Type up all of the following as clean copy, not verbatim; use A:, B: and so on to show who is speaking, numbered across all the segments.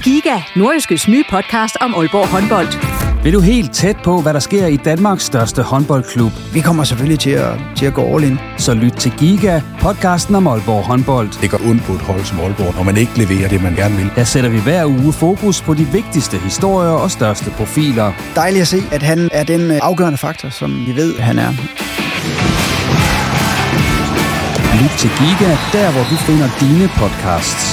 A: Giga, Nordjyskes nye podcast om Aalborg håndbold.
B: Vil du helt tæt på, hvad der sker i Danmarks største håndboldklub?
C: Vi kommer selvfølgelig til at gå all in.
B: Så lyt til Giga, podcasten om Aalborg håndbold.
D: Det går ondt på et hold som Aalborg, når man ikke leverer det, man gerne vil.
B: Der sætter vi hver uge fokus på de vigtigste historier og største profiler.
C: Dejligt at se, at han er den afgørende faktor, som vi ved, han er.
B: Lyt til Giga, der hvor du finder dine podcasts.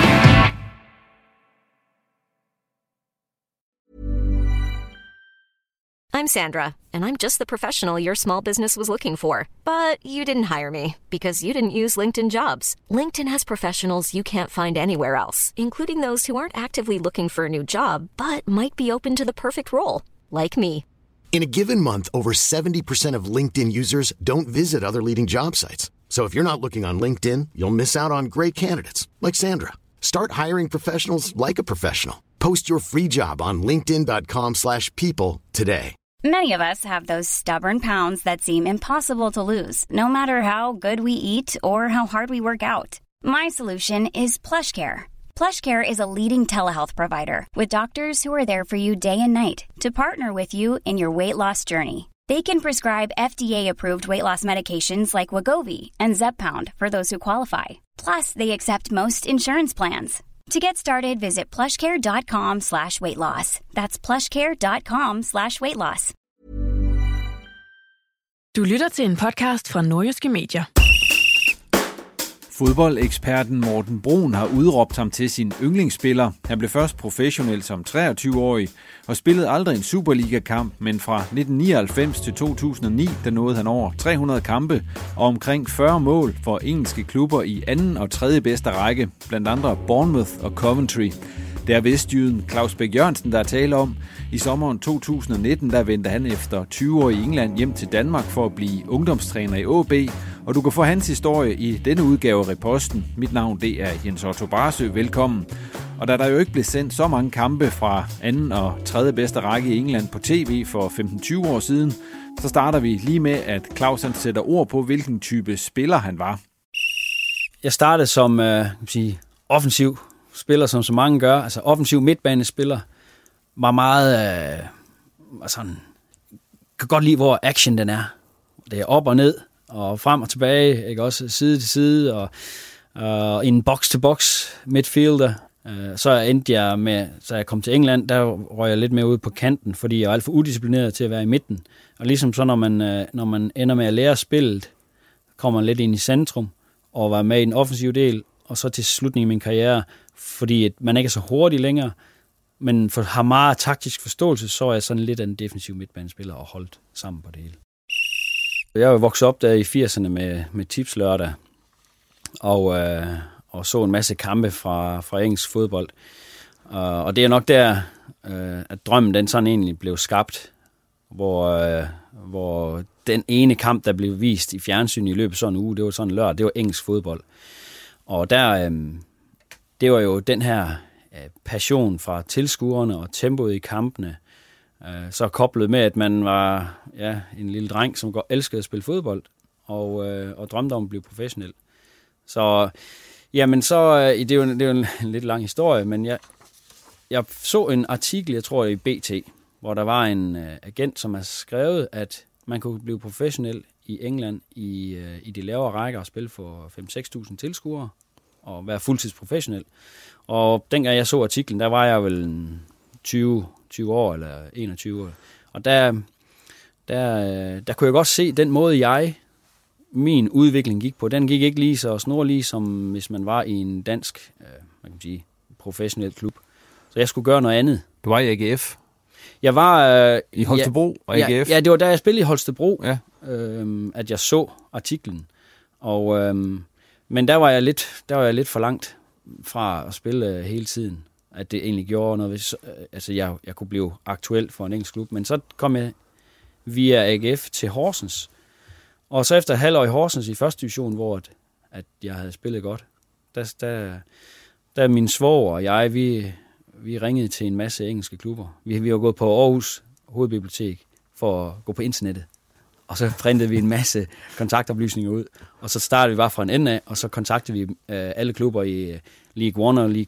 E: I'm Sandra, and I'm just the professional your small business was looking for. But you didn't hire me because you didn't use LinkedIn Jobs. LinkedIn has professionals you can't find anywhere else, including those who aren't actively looking for a new job, but might be open to the perfect role, like me.
F: In a given month, over 70% of LinkedIn users don't visit other leading job sites. So if you're not looking on LinkedIn, you'll miss out on great candidates like Sandra. Start hiring professionals like a professional. Post your free job on linkedin.com/people today.
G: Many of us have those stubborn pounds that seem impossible to lose, no matter how good we eat or how hard we work out. My solution is PlushCare. PlushCare is a leading telehealth provider with doctors who are there for you day and night to partner with you in your weight loss journey. They can prescribe FDA-approved weight loss medications like Wegovy and Zepbound for those who qualify. Plus, they accept most insurance plans. To get started, visit plushcare.com/weightloss. That's plushcare.com/weightloss.
H: Du lytter til en podcast fra Nordjyske Medier.
I: Fodboldeksperten Morten Bruun har udråbt ham til sin yndlingsspiller. Han blev først professionel som 23-årig og spillede aldrig en Superliga-kamp, men fra 1999 til 2009, der nåede han over 300 kampe og omkring 40 mål for engelske klubber i anden og tredje bedste række, blandt andre Bournemouth og Coventry. Det er vestjyden Claus Bæk Jørgensen, der er tale om. I sommeren 2019, der vendte han efter 20 år i England hjem til Danmark for at blive ungdomstræner i AaB, og du kan få hans historie i denne udgave af Reposten. Mit navn, det er Jens Otto Barsø. Velkommen. Og da der jo ikke blev sendt så mange kampe fra anden og tredje bedste række i England på tv for 15-20 år siden, så starter vi lige med, at Claus han sætter ord på, hvilken type spiller han var.
J: Jeg startede som offensiv spiller, som så mange gør. Altså offensiv midtbanespiller. Var meget sådan, kan godt lide, hvor action den er. Det er op og ned, og frem og tilbage, ikke? Også side til side, og en box-to-box midfielder. Så endte jeg med, så jeg kom til England, der røg jeg lidt mere ud på kanten, fordi jeg var alt for udisciplineret til at være i midten. Og ligesom så, når man ender med at lære spillet, kommer man lidt ind i centrum, og var med i den offensive del, og så til slutningen af min karriere, fordi at man ikke er så hurtig længere, men har meget taktisk forståelse, så er jeg sådan lidt af en defensiv midtbanespiller og holdt sammen på det hele. Jeg er jo vokset op der i 80'erne med tipslørdag, og så en masse kampe fra engelsk fodbold. Og det er nok der, at drømmen den sådan egentlig blev skabt, hvor den ene kamp, der blev vist i fjernsyn i løbet af sådan en uge, det var sådan en lørdag, det var engelsk fodbold. Og der, det var jo den her passion fra tilskuerne og tempoet i kampene, så koblet med, at man var en lille dreng, som elskede at spille fodbold, og drømte om at blive professionel. Så, jamen så, det er jo en lidt lang historie, men jeg så en artikel, jeg tror i BT, hvor der var en agent, som har skrevet, at man kunne blive professionel i England i de lavere rækker og spille for 5-6.000 tilskuere og være fuldtidsprofessionel. Og dengang jeg så artiklen, der var jeg vel 20 år eller 21 år. Og der kunne jeg godt se den måde, min udvikling gik på. Den gik ikke lige så snorlig, som hvis man var i en dansk professionel klub. Så jeg skulle gøre noget andet.
I: Du var i AGF?
J: Jeg var
I: i Holstebro og AGF?
J: Ja, det var da jeg spillede i Holstebro, at jeg så artiklen. Og, men der var jeg lidt for langt fra at spille hele tiden, at det egentlig gjorde noget. Altså jeg kunne blive aktuel for en engelsk klub, men så kom jeg via AGF til Horsens. Og så efter et halvår i Horsens i første division, hvor at jeg havde spillet godt, der min svoger og jeg, vi ringede til en masse engelske klubber. Vi var gået på Aarhus Hovedbibliotek for at gå på internettet. Og så printede vi en masse kontaktoplysninger ud. Og så startede vi bare fra en ende af, og så kontaktede vi alle klubber i League 1 og League 2.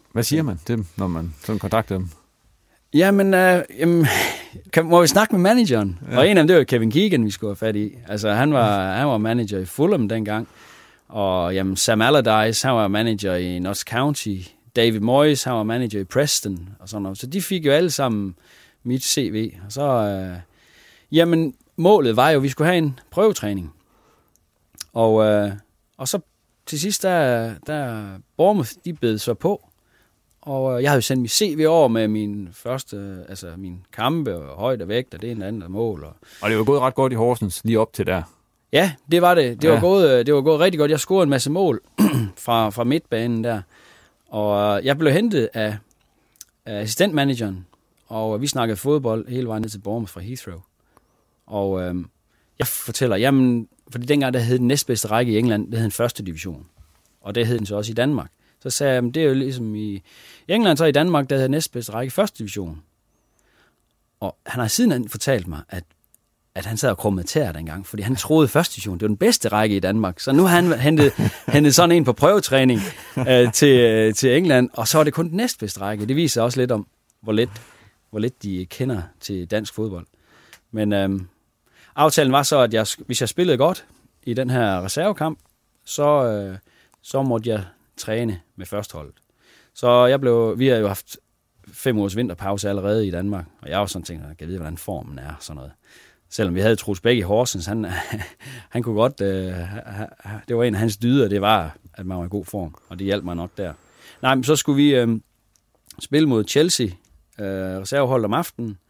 I: Hvad siger man til dem, når man sådan kontakter dem?
J: Jamen, må vi snakke med manageren? Ja. Og en af dem, det var Kevin Keegan, vi skulle have fat i. Altså, han var manager i Fulham dengang. Og jamen, Sam Allardyce, han var manager i Notts County. David Moyes, han var manager i Preston. Og sådan noget. Så de fik jo alle sammen mit CV. Og så, jamen, målet var jo, at vi skulle have en prøvetræning. Og så til sidst, der Bournemouth, de bed sig på. Og jeg havde jo sendt mit CV over med min første, altså min kampe og højde og vægt og det ene og andet mål.
I: Og det var gået ret godt i Horsens lige op til der.
J: Ja, det var det. Det var gået rigtig godt. Jeg scorede en masse mål fra midtbanen der. Og jeg blev hentet af assistentmanageren, og vi snakkede fodbold hele vejen ned til Bournemouth fra Heathrow. Og jeg fortæller, jamen, fordi dengang der hed den næstbedste række i England, det hed den første division. Og det hed den så også i Danmark. Så sagde jeg, det er jo ligesom i England, så i Danmark, der hedder næstbedste række første division. Og han har siden fortalt mig, at han sad og krummede tæer dengang, fordi han troede første division, det var den bedste række i Danmark. Så nu har han hentet sådan en på prøvetræning til England, og så var det kun den næstbedste række. Det viser også lidt om, hvor lidt de kender til dansk fodbold. Men aftalen var så, at hvis jeg spillede godt i den her reservekamp, så måtte jeg træne med førsteholdet. Så vi har jo haft 5 ugers vinterpause allerede i Danmark, og jeg var sådan tænkt, jeg kan vide, hvordan formen er, sådan noget. Selvom vi havde Troels Bæk i Horsens, han kunne godt, det var en af hans dyder, det var, at man var i god form, og det hjalp mig nok der. Nej, men så skulle vi spille mod Chelsea, reservehold om aftenen,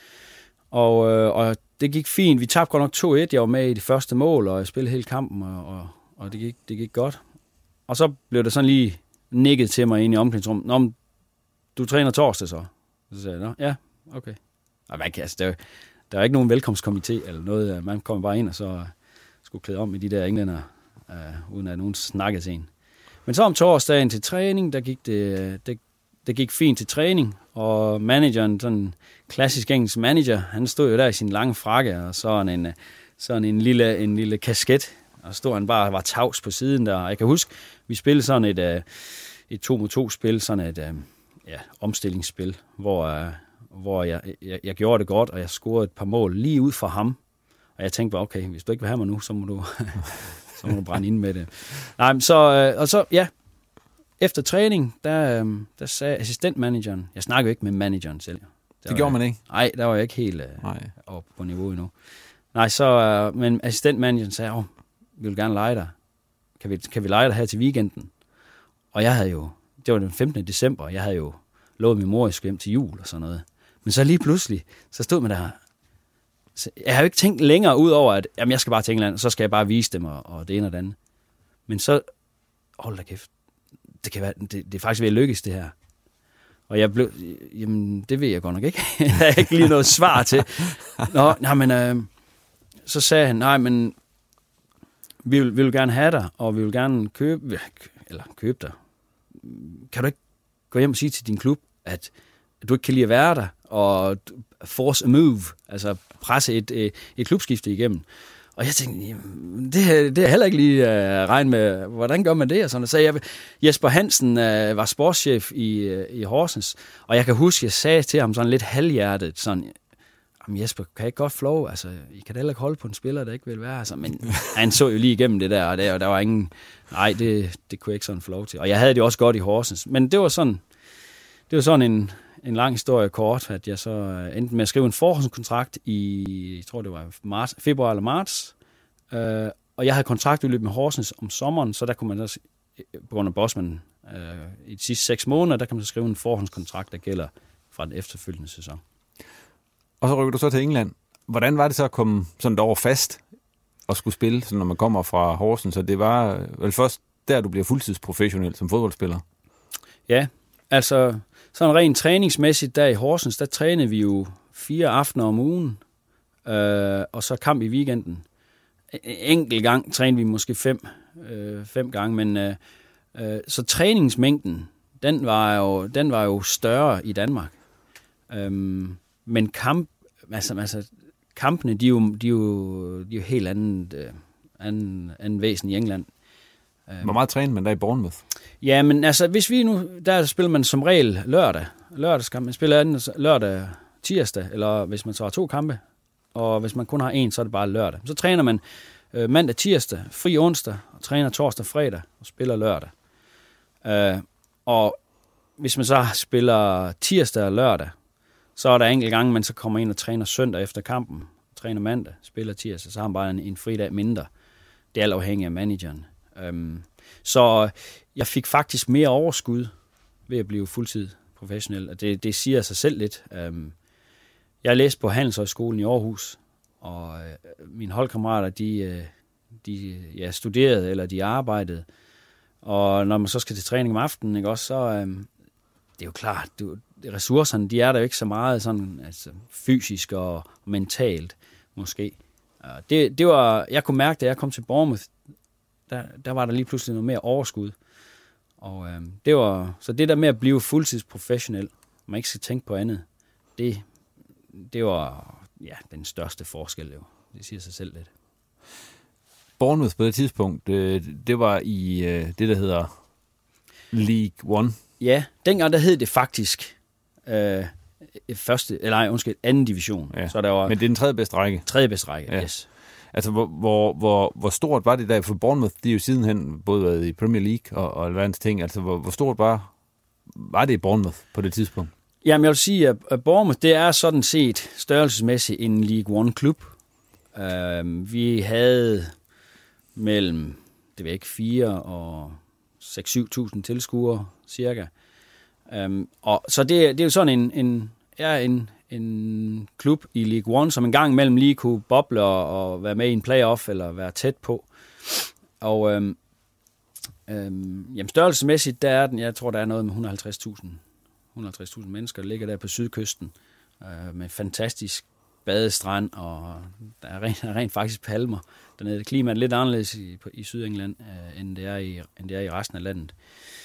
J: og det gik fint. Vi tabte godt nok 2-1, jeg var med i det første mål, og jeg spillede hele kampen, og det gik godt. Og så blev det sådan lige nikket til mig ind i omklædningsrummet. Nå, du træner torsdag så? Så sagde jeg, ja, okay. Og altså, der er ikke nogen velkomstkomité eller noget. Man kommer bare ind og så skulle klæde om med de der englænder, uden at nogen snakkede til en. Men så om torsdagen til træning, der gik det gik fint til træning, og manageren, sådan en klassisk engelsk manager, han stod jo der i sin lange frakke, og sådan en lille kasket, og stod han bare og var tavs på siden der. Jeg kan huske, vi spillede sådan et 2-mod-2-spil, sådan et omstillingsspil, hvor jeg gjorde det godt, og jeg scorede et par mål lige ud fra ham. Og jeg tænkte bare, okay, hvis du ikke vil have mig nu, så må du brænde ind med det. Nej, så efter træning, der sagde assistentmanageren, jeg snakker jo ikke med manageren selv.
I: Det gjorde man ikke?
J: Nej, der var jeg ikke helt oppe på niveau endnu. Nej, men assistentmanageren sagde, vi vil gerne lege dig. Kan vi lege dig her til weekenden? Og jeg havde jo, det var den 15. december, jeg havde jo lovet min mor, at jeg skulle hjem til jul og sådan noget. Men så lige pludselig, så stod man der. Jeg har jo ikke tænkt længere ud over, at jamen, jeg skal bare til England, så skal jeg bare vise dem og det ene og det andet. Men så, hold da kæft, det er faktisk ved at lykkes det her. Og jeg blev, jamen det ved jeg godt nok ikke. Jeg har ikke lige noget svar til. Så sagde han, nej, men vi vil gerne have dig, og vi vil gerne købe dig. Kan du ikke gå hjem og sige til din klub, at du ikke kan lide at være der, og force a move, altså presse et klubskifte igennem. Og jeg tænkte, det er heller ikke lige regnet med, hvordan gør man det? Og sådan. Så Jesper Hansen var sportschef i Horsens, og jeg kan huske, jeg sagde til ham sådan lidt halvhjertet, sådan, Jesper, kan jeg ikke godt flow? Altså, I kan da heller ikke holde på en spiller, der ikke vil være. Altså, men han så jo lige igennem det der, og der var ingen, nej, det kunne jeg ikke sådan flow til. Og jeg havde det også godt i Horsens, men det var sådan en lang historie kort, at jeg så endte med at skrive en forhåndskontrakt i, jeg tror det var februar eller marts, og jeg havde kontraktudløb med Horsens om sommeren, så der kunne man så, på grund af Bosman, i de sidste 6 måneder, der kan man så skrive en forhåndskontrakt, der gælder fra den efterfølgende sæson.
I: Og så rykker du så til England. Hvordan var det så at komme sådan derovre fast og skulle spille, sådan når man kommer fra Horsens? Så det var vel først der, du bliver fuldtidsprofessionel som fodboldspiller? Ja,
J: altså sådan rent træningsmæssigt der i Horsens, der trænede vi jo 4 aftener om ugen, og så kamp i weekenden. Enkelt gang trænede vi måske 5 gange, men så træningsmængden, den var jo større i Danmark. Men kampene, de er jo helt anden væsen i England.
I: Hvor meget træner man der i Bournemouth?
J: Ja, men altså, hvis vi nu... Der spiller man som regel lørdag. Lørdagskamp. Man spiller anden lørdag, tirsdag, eller hvis man så har 2 kampe. Og hvis man kun har 1, så er det bare lørdag. Så træner man mandag, tirsdag, fri onsdag, og træner torsdag, fredag, og spiller lørdag. Og hvis man så spiller tirsdag og lørdag, så er der enkelte gange, man så kommer ind og træner søndag efter kampen. Træner mandag, spiller tirsdag, så har man bare en fridag mindre. Det er alt afhængigt af manageren. Så jeg fik faktisk mere overskud ved at blive fuldtid professionel, og det siger sig selv lidt. Jeg læste på Handelshøjskolen i Aarhus, og mine holdkammerater, de studerede, eller de arbejdede. Og når man så skal til træning om aftenen, ikke, også, så det er jo klart, ressourcerne, de er der jo ikke så meget sådan, altså, fysisk og mentalt, måske. Det var, jeg kunne mærke, da jeg kom til Bournemouth, der var der lige pludselig noget mere overskud. Og det var, så det der med at blive fuldtidsprofessionel, man ikke skal tænke på andet, det var den største forskel, jo. Det siger sig selv lidt.
I: Bournemouth på det tidspunkt, det var i det, der hedder League One.
J: Ja, dengang der hed det faktisk anden division.
I: Ja.
J: Så der var,
I: men det er den tredje bedste række.
J: Tredje bedste række,
I: ja.
J: Yes.
I: Altså, hvor stort var det der? For Bournemouth, de er jo sidenhen både været i Premier League og alverdens ting. Altså, hvor stort var det i Bournemouth på det tidspunkt?
J: Jamen, jeg vil sige, at Bournemouth, det er sådan set størrelsesmæssigt en League One-klub. Vi havde mellem, det ved ikke, 4 og 6-7.000 tilskuere, cirka. Og så det er jo sådan en klub i League One, som en gang imellem lige kunne boble og være med i en playoff, eller være tæt på. Og størrelsesmæssigt, der er den, jeg tror, der er noget med 150.000 mennesker, der ligger der på sydkysten, med fantastisk badestrand, og der er rent faktisk palmer dernede. Klimaet er lidt anderledes i Sydengland, end det er i resten af landet.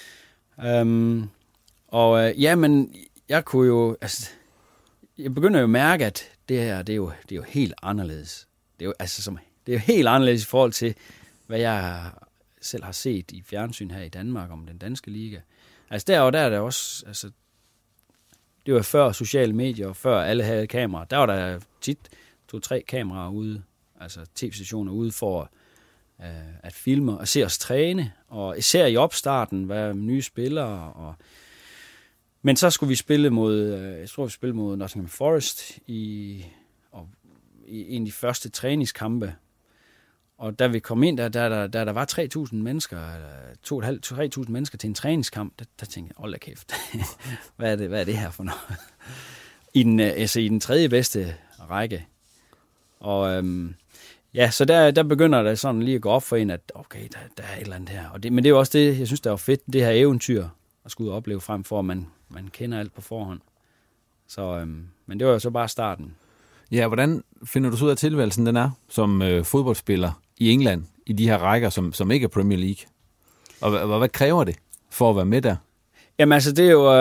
J: Men jeg kunne jo, altså, jeg begynder jo at mærke, at det her, det er jo helt anderledes. Det er jo helt anderledes i forhold til, hvad jeg selv har set i fjernsyn her i Danmark om den danske liga. Altså der er der også, altså, det var før sociale medier, og før alle havde kameraer. Der var der tit 2-3 kameraer ude, altså tv-stationer ude for at filme og se os træne, og især i opstarten, være nye spillere. Men så skulle vi spille mod Nottingham Forest i en af de første træningskampe. Og da vi kom ind, der var 3.000 mennesker, 2.500-3.000 mennesker til en træningskamp, der tænkte jeg, hold da kæft, hvad er det her for noget? I den tredje bedste række. Og så der begynder det sådan lige at gå op for en, at okay, der er et eller andet her. Men det er jo også det, jeg synes, der var fedt, det her eventyr, at skulle ud og opleve frem for, at man kender alt på forhånd. Så, men det var jo så bare starten.
I: Ja, hvordan finder du så ud af tilværelsen, den er som fodboldspiller i England, i de her rækker, som ikke er Premier League? Og hvad kræver det for at være med der?
J: Jamen altså, det er jo...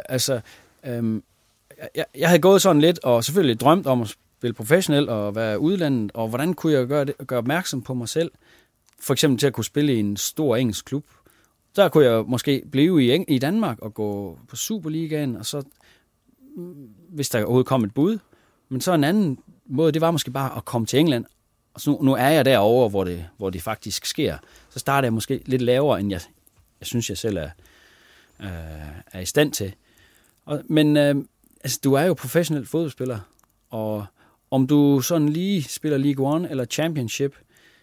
J: jeg havde gået sådan lidt, og selvfølgelig drømt om at spille professionelt og være udlandet, og hvordan kunne jeg gøre opmærksom på mig selv? For eksempel til at kunne spille i en stor engelsk klub. Der kunne jeg måske blive i Danmark og gå på Superligaen, og så, hvis der overhovedet kom et bud. Men så en anden måde, det var måske bare at komme til England. Og så nu er jeg derovre, hvor det faktisk sker. Så starter jeg måske lidt lavere, end jeg synes, jeg selv er i stand til. Men du er jo professionel fodboldspiller, og om du sådan lige spiller League One eller Championship,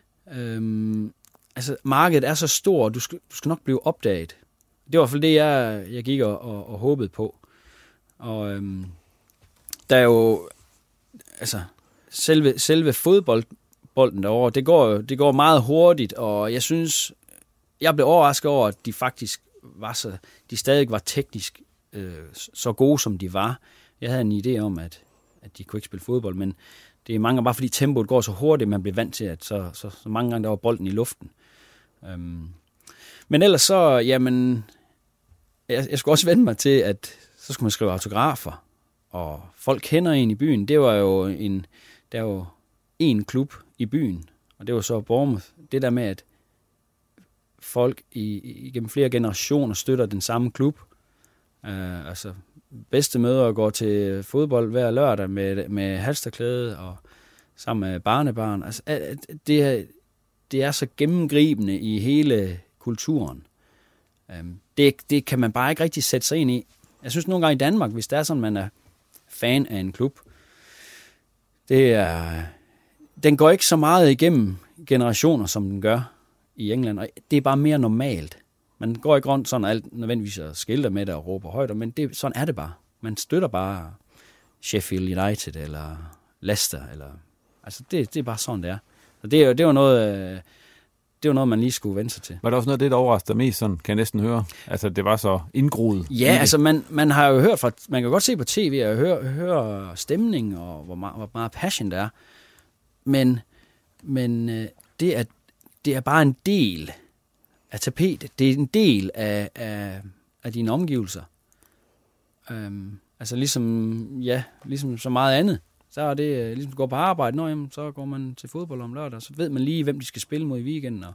J: markedet er så stort, du skal nok blive opdaget. Det var i hvert fald det, jeg gik og håbede på. Og der er jo, altså, selve fodbolden derovre, det går meget hurtigt, og jeg blev overrasket over, at de faktisk de stadig var teknisk så gode, som de var. Jeg havde en idé om, at de kunne ikke spille fodbold, men det er mange gange bare fordi tempoet går så hurtigt, man bliver vant til, at så mange gange der var bolden i luften. Men ellers så, jamen, jeg skulle også vende mig til, at så skulle man skrive autografer, og folk kender en i byen. Det var jo der er jo en klub i byen, og det var så Bournemouth. Det der med, at folk igennem flere generationer støtter den samme klub. Altså bedstemødre går til fodbold hver lørdag med halsterklæde og sammen med barnebarn. Altså, det er så gennemgribende i hele kulturen. Det kan man bare ikke rigtig sætte sig ind i. Jeg synes nogle gange i Danmark, hvis det er sådan, man er fan af en klub, den går ikke så meget igennem generationer, som den gør i England, og det er bare mere normalt. Man går ikke rundt sådan alt nødvendigvis og skilter med det og råber højt, men sådan er det bare. Man støtter bare Sheffield United eller Leicester, altså det er bare sådan, det er. Så det var noget, man lige skulle vende sig til.
I: Var der også noget af det, der overraskede mest, sådan kan jeg næsten høre? Altså, det var så indgroet.
J: Ja, altså man har jo hørt man kan godt se på tv og høre stemning og hvor meget passion der er. Men det er bare en del af tapetet. Det er en del af dine omgivelser. Altså ligesom så meget andet. Så er det ligesom at gå på arbejde, så går man til fodbold om lørdag, så ved man lige, hvem de skal spille mod i weekenden,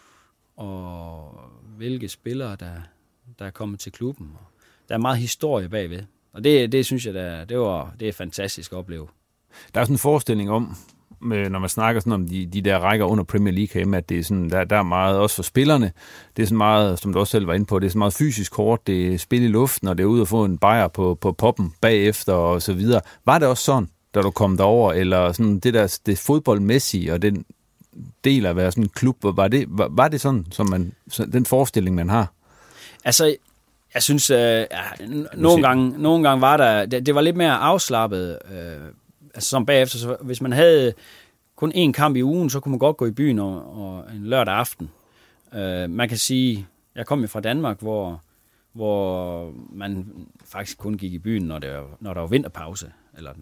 J: og hvilke spillere, der er kommet til klubben. Der er meget historie bagved, og det synes jeg, det er fantastisk at opleve.
I: Der er sådan en forestilling om, når man snakker sådan om de der rækker under Premier League herhjemme, at det er sådan, der er meget, også for spillerne, det er sådan meget, som du også selv var inde på, det er så meget fysisk hårdt, det er spil i luften, og det er ude at få en bajer på poppen bagefter, og så videre. Var det også sådan, da du kom derover, eller sådan det fodboldmæssige, og den del af at være sådan en klub, var det sådan, som den forestilling, man har?
J: Altså, jeg synes, nogle gange var det var lidt mere afslappet, altså som bagefter, så hvis man havde kun én kamp i ugen, så kunne man godt gå i byen og en lørdag aften. Man kan sige, jeg kom jo fra Danmark, hvor man faktisk kun gik i byen, når der var vinterpause, eller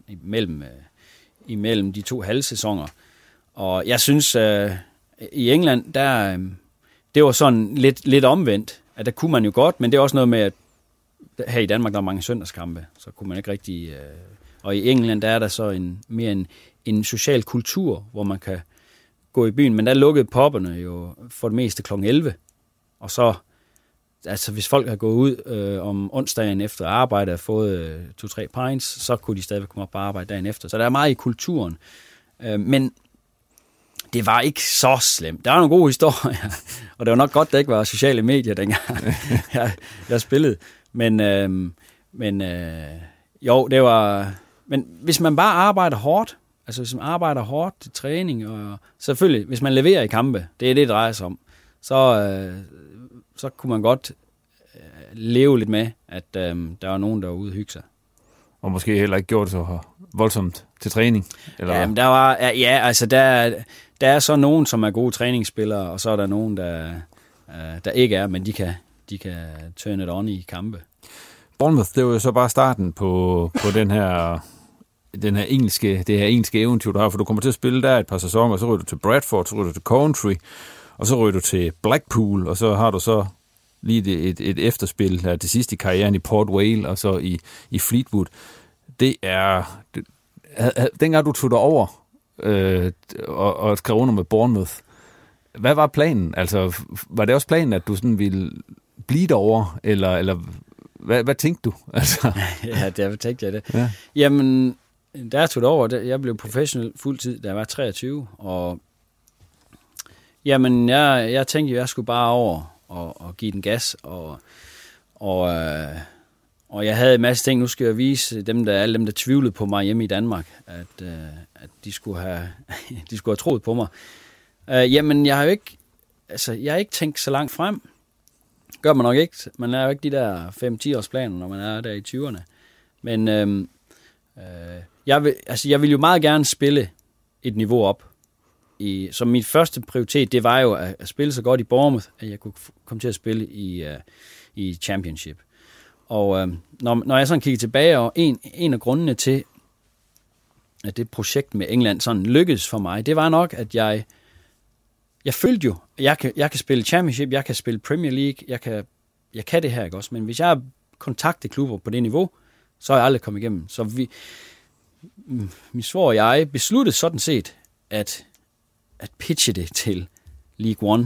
J: imellem de 2 halvsæsoner. Og jeg synes, i England, det var sådan lidt omvendt, at der kunne man jo godt, men det er også noget med, at her i Danmark, der er mange søndagskampe, så kunne man ikke rigtig... Og i England, der er der så mere en social kultur, hvor man kan gå i byen, men der lukkede popperne jo for det meste kl. 11. Og så, altså hvis folk har gået ud om onsdagen efter arbejde og fået 2-3 pints, så kunne de stadigvæk komme op på arbejde dagen efter. Så der er meget i kulturen. Men det var ikke så slemt. Der var nogle gode historier, og det var nok godt, der ikke var sociale medier dengang jeg spillede. Men jo, det var... Men hvis man bare arbejder hårdt, altså hvis man arbejder hårdt til træning, og selvfølgelig, hvis man leverer i kampe, det er det drejer sig om, så kunne man godt leve lidt med, at der var nogen, der var ude og hygge sig.
I: Og måske heller ikke gjort det så voldsomt til træning? Eller?
J: Jamen, der er så nogen, som er gode træningsspillere, og så er der nogen, der ikke er, men de kan turn it on i kampe.
I: Bournemouth, det var jo så bare starten på det her engelske eventyr, du har, for du kommer til at spille der et par sæsoner, og så ryger du til Bradford, så ryger du til Coventry, og så ryger du til Blackpool, og så har du så lige et efterspil her til sidst i karrieren i Port Vale, og så i Fleetwood. Det er... Dengang du tog dig over og skrev under med Bournemouth, hvad var planen? Altså, var det også planen, at du sådan ville blive derovre, eller hvad tænkte du? Altså.
J: Ja, der tænkte jeg det. Ja. Jamen, da jeg tog det over, jeg blev professionel fuldtid, da jeg var 23, og jamen, jeg tænkte jo, jeg skulle bare over og give den gas, og jeg havde en masse ting. Nu skal jeg vise alle dem, der tvivlede på mig hjemme i Danmark, at de skulle have troet på mig. Jamen, jeg har ikke tænkt så langt frem. Gør man nok ikke. Man er jo ikke de der 5-10 års planer, når man er der i 20'erne. Men jeg vil jo meget gerne spille et niveau op. Så min første prioritet, det var jo at spille så godt i Bournemouth, at jeg kunne komme til at spille i Championship. Og når jeg sådan kigger tilbage, og en af grundene til, at det projekt med England sådan lykkedes for mig, det var nok, at jeg følte jo, at jeg kan spille Championship, jeg kan spille Premier League, jeg kan det her, ikke også? Men hvis jeg kontakter klubber på det niveau, så er jeg aldrig kommet igennem. Så min svoger og jeg besluttede sådan set, at pitche det til League One,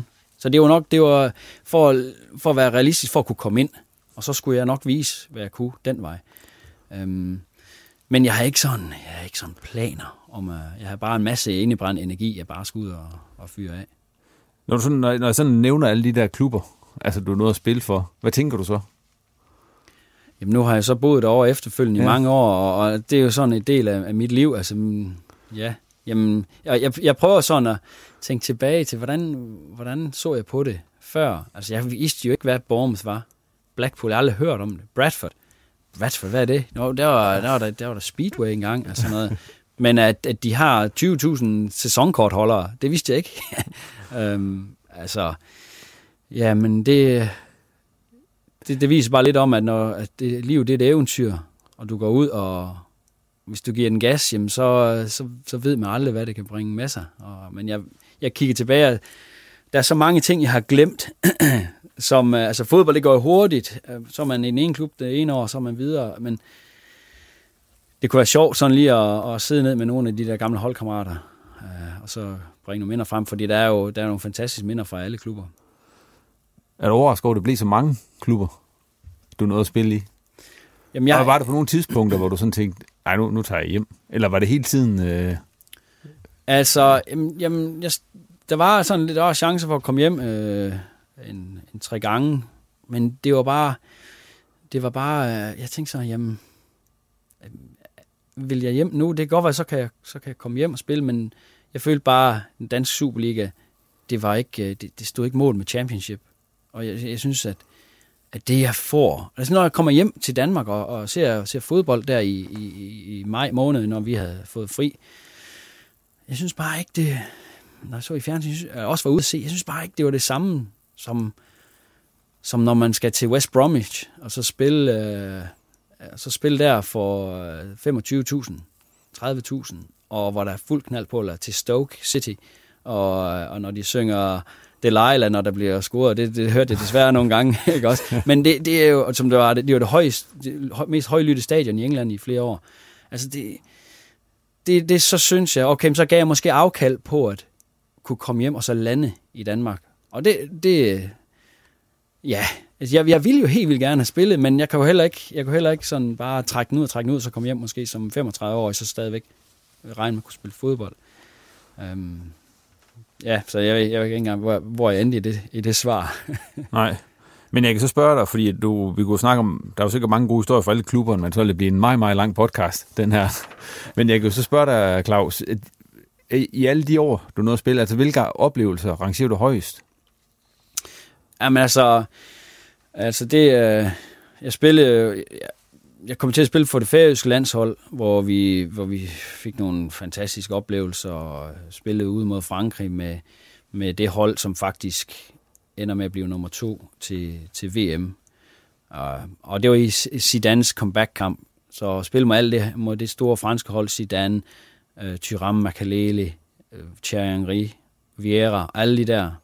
J: Så det var for at være realistisk, for at kunne komme ind. Og så skulle jeg nok vise, hvad jeg kunne den vej. Men jeg har ikke sådan planer om, jeg har bare en masse indebrændt energi, jeg bare skal ud og fyre af.
I: Når jeg sådan nævner alle de der klubber, altså du er noget at spille for, hvad tænker du så?
J: Jamen nu har jeg så boet derovre efterfølgende i mange år, og det er jo sådan en del af mit liv. Altså, ja, jamen, jeg prøver sådan at tænke tilbage til, hvordan så jeg på det før. Altså jeg vidste jo ikke, hvad Bournemouth var. Blackpool, jeg har aldrig hørt om det. Bradford, hvad er det? Nå, der var der Speedway engang, altså noget. Men at de har 20.000 sæsonkortholdere, det vidste jeg ikke. Altså, ja, men det viser bare lidt om, at livet det er et eventyr, og du går ud, og hvis du giver den gas, jamen så ved man aldrig, hvad det kan bringe med sig. Men jeg kigger tilbage, der er så mange ting, jeg har glemt, som, altså fodbold, det går hurtigt, så er man i den ene klub det ene år, så er man videre, men det kunne være sjovt sådan lige at sidde ned med nogle af de der gamle holdkammerater, og så bringe nogle minder frem, fordi der er nogle fantastiske minder fra alle klubber.
I: Er du overrasket over, at det bliver så mange klubber, du nåede at spille i? Jamen, og var det på nogle tidspunkter, hvor du sådan tænkte, nej, nu tager jeg hjem? Eller var det hele tiden?
J: Altså, jamen, der var sådan lidt også chancer for at komme hjem en 3 gange, men det var bare, jeg tænkte så, jamen, vil jeg hjem nu? Det kan godt være, så kan jeg komme hjem og spille, men jeg følte bare, den danske Superliga, det var ikke, det stod ikke mål med Championship. Og jeg synes, at det jeg får, altså når jeg kommer hjem til Danmark og ser fodbold der i maj måned, når vi havde fået fri, jeg synes bare ikke det, når jeg så i fjernsyn, jeg også var ude at se, jeg synes bare ikke, det var det samme, som når man skal til West Bromwich, og så spille der for 25.000, 30.000, og hvor der er fuld knald på, eller til Stoke City, og når de synger Delilah, når der bliver scoret, det hørte jeg desværre nogle gange, ikke også? Men det er jo, som det var det mest højlytte stadion i England i flere år. Altså det så synes jeg, okay, så gav jeg måske afkald på at kunne komme hjem og så lande i Danmark. Og ja, altså jeg ville jo helt vildt gerne have spillet, men jeg kunne heller ikke sådan bare trække den ud, så komme hjem måske som 35-årig, så stadigvæk regne med at kunne spille fodbold. Ja, så jeg ved ikke engang, hvor jeg endte i det svar. Nej,
I: men jeg kan så spørge dig, fordi vi kunne snakke om, der er jo sikkert mange gode historier fra alle klubberne, men så vil det blive en meget, meget lang podcast, den her. Men jeg kan jo så spørge dig, Claus, i alle de år, du nåede at spille, altså hvilke oplevelser rangerer du højst?
J: Jamen altså det, jeg kom til at spille for det færøske landshold, hvor vi fik nogle fantastiske oplevelser og spillede ude mod Frankrig med det hold, som faktisk ender med at blive nummer 2 til VM. Og det var i Zidanes comeback-kamp, så spillede man alt det mod det store franske hold, Zidane, Thuram, Makelele, Thierry Henry, Vieira, alle de der.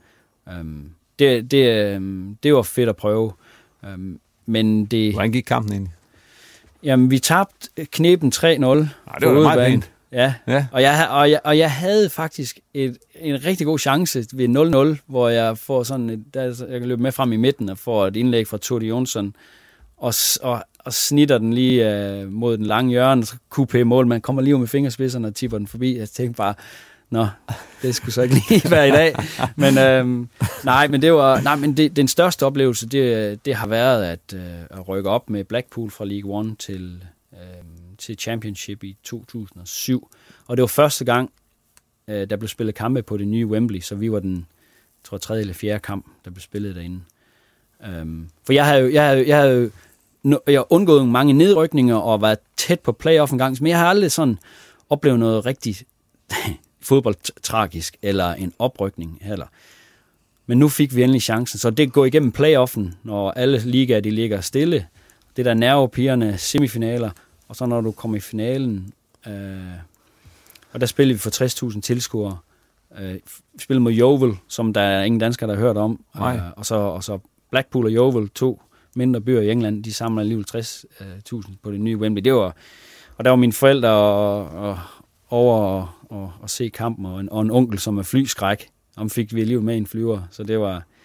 J: Det var fedt at prøve. Men det...
I: Hvordan gik kampen egentlig?
J: Jamen, vi tabte knepen 3-0.
I: Det var meget pænt.
J: Ja. Og jeg havde faktisk en rigtig god chance ved 0-0, hvor jeg får sådan jeg kan løbe med frem i midten og får et indlæg fra Tord Jonsson og snitter den lige mod den lange hjørne, så QP-mål. Man kommer lige ud med fingerspidserne og tipper den forbi. Jeg tænkte bare, det skulle så ikke lige være i dag. Men den største oplevelse, det har været at rykke op med Blackpool fra League One til Championship i 2007. Og det var første gang, der blev spillet kampe på det nye Wembley, så vi var den, tror jeg, 3. eller 4. kamp, der blev spillet derinde. For jeg havde undgået mange nedrykninger og været tæt på playoff en gang, men jeg har aldrig sådan oplevet noget rigtig fodboldtragisk eller en oprykning heller. Men nu fik vi endelig chancen, så det går igennem playoffen, når alle ligaer de ligger stille. Det der nervepirrende semifinaler, og så når du kommer i finalen, og der spillede vi for 60.000 tilskuere. Vi spillede mod Yeovil, som der er ingen danskere, der har hørt om, og så Blackpool og Yeovil, 2 mindre byer i England, de samler alligevel 60.000 på det nye Wembley. Og der var mine forældre over og se kampen, og en onkel, som er flyskræk. Ham fik vi alligevel med en flyver, så det var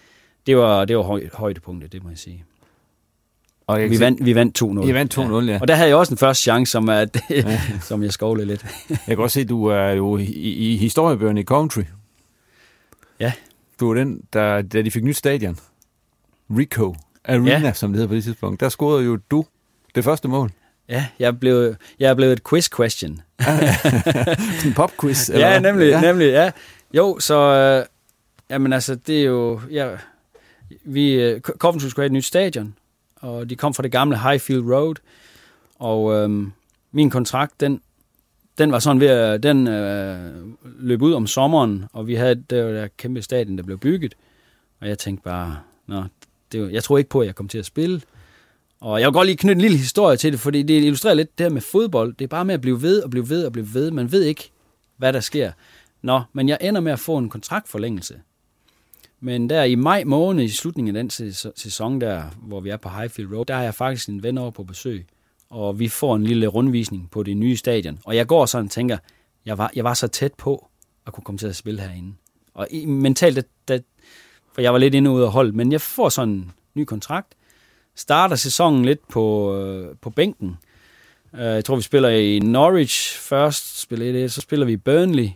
J: det var højdepunktet, det må jeg sige.
I: Og
J: vi vandt 2-0.
I: I vandt 2-0, ja.
J: Og der havde jeg også en første chance, som jeg skovlede lidt.
I: Jeg kan også se, at du er jo i historiebøgerne i Coventry.
J: Ja.
I: Du var den, da de fik nyt stadion. Ricoh Arena, som det hedder på det tidspunkt. Der scorede jo du det første mål.
J: Ja, jeg er blevet et quiz question.
I: En popquiz?
J: Ja, nemlig, ja. Jo, så, jamen altså, det er jo, ja, Coventry skulle have et nyt stadion, og de kom fra det gamle Highfield Road, og min kontrakt, den var sådan ved at, den løb ud om sommeren, og vi havde det der kæmpe stadion, der blev bygget, og jeg tænkte bare, jeg tror ikke på, at jeg kom til at spille. Og jeg vil godt lige knytte en lille historie til det, fordi det illustrerer lidt det her med fodbold. Det er bare med at blive ved. Man ved ikke, hvad der sker. Men jeg ender med at få en kontraktforlængelse. Men der i maj måned, i slutningen af den sæson der, hvor vi er på Highfield Road, der har jeg faktisk en ven over på besøg. Og vi får en lille rundvisning på det nye stadion. Og jeg går sådan og tænker, jeg var så tæt på at kunne komme til at spille herinde. Og mentalt, for jeg var lidt inde ude af holdet, men jeg får sådan en ny kontrakt. Starter sæsonen lidt på bænken. Jeg tror, vi spiller i Norwich først, så spiller vi i Burnley,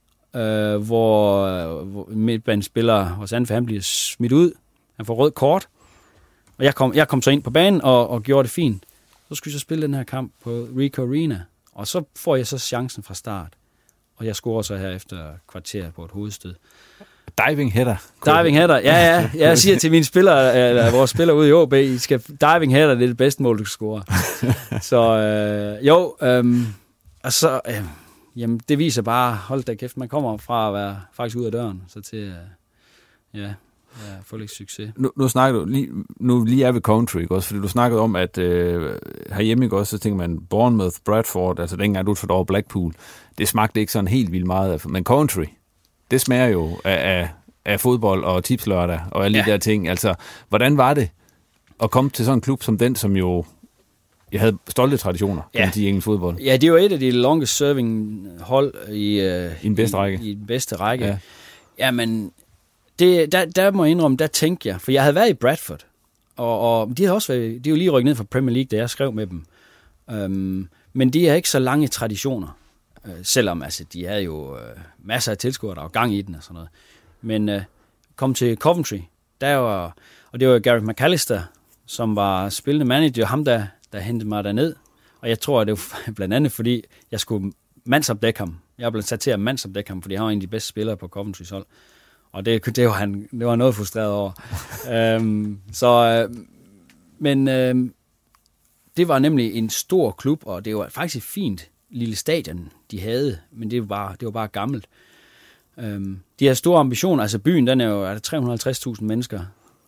J: hvor midtbanespiller, vores anfører, han bliver smidt ud. Han får rød kort. Og jeg kom så ind på banen og gjorde det fint. Så skulle jeg så spille den her kamp på Ricoh Arena. Og så får jeg så chancen fra start. Og jeg scorer så her efter kvarter på et hovedstød.
I: Diving header.
J: Ja. Jeg siger til mine spillere, eller vores spillere ude i OB, I skal diving header, det er det bedste mål, du kan score. Så og så, jamen, det viser bare, hold da kæft, man kommer fra at være faktisk ud af døren, så til, få lidt succes.
I: Nu snakker du, lige er ved Coventry, ikke også? Fordi du snakkede om, at herhjemme, ikke også, så tænker man, Bournemouth, Bradford, altså dengang du for over Blackpool, det smagte ikke sådan helt vildt meget af, men Coventry, det smager jo af fodbold og tipslørdag og alle de der ting. Altså, hvordan var det at komme til sådan en klub som den, som jo havde stolte traditioner i engelsk fodbold? Ja,
J: det er jo et af de longest serving hold i
I: den bedste række.
J: I den bedste række. Ja. Jamen, der må jeg indrømme, der tænkte jeg, for jeg havde været i Bradford, og de havde også været, de er jo lige rykket ned fra Premier League, da jeg skrev med dem. Men de har ikke så lange traditioner. Selvom altså, de havde jo masser af tilskuere, der var gang i den og sådan noget. Men kom til Coventry, og det var Gareth McAllister, som var spillende manager, ham der hentede mig derned. Og jeg tror, at det var blandt andet, fordi jeg skulle mandsopdække ham. Jeg blev sat til at mandsopdække ham, fordi han var en af de bedste spillere på Coventrys hold. Og det var noget frustreret over. Men det var nemlig en stor klub, og det var faktisk et fint lille stadion, de havde, men det var bare gammelt. De har store ambitioner, altså byen, den er jo 350.000 mennesker,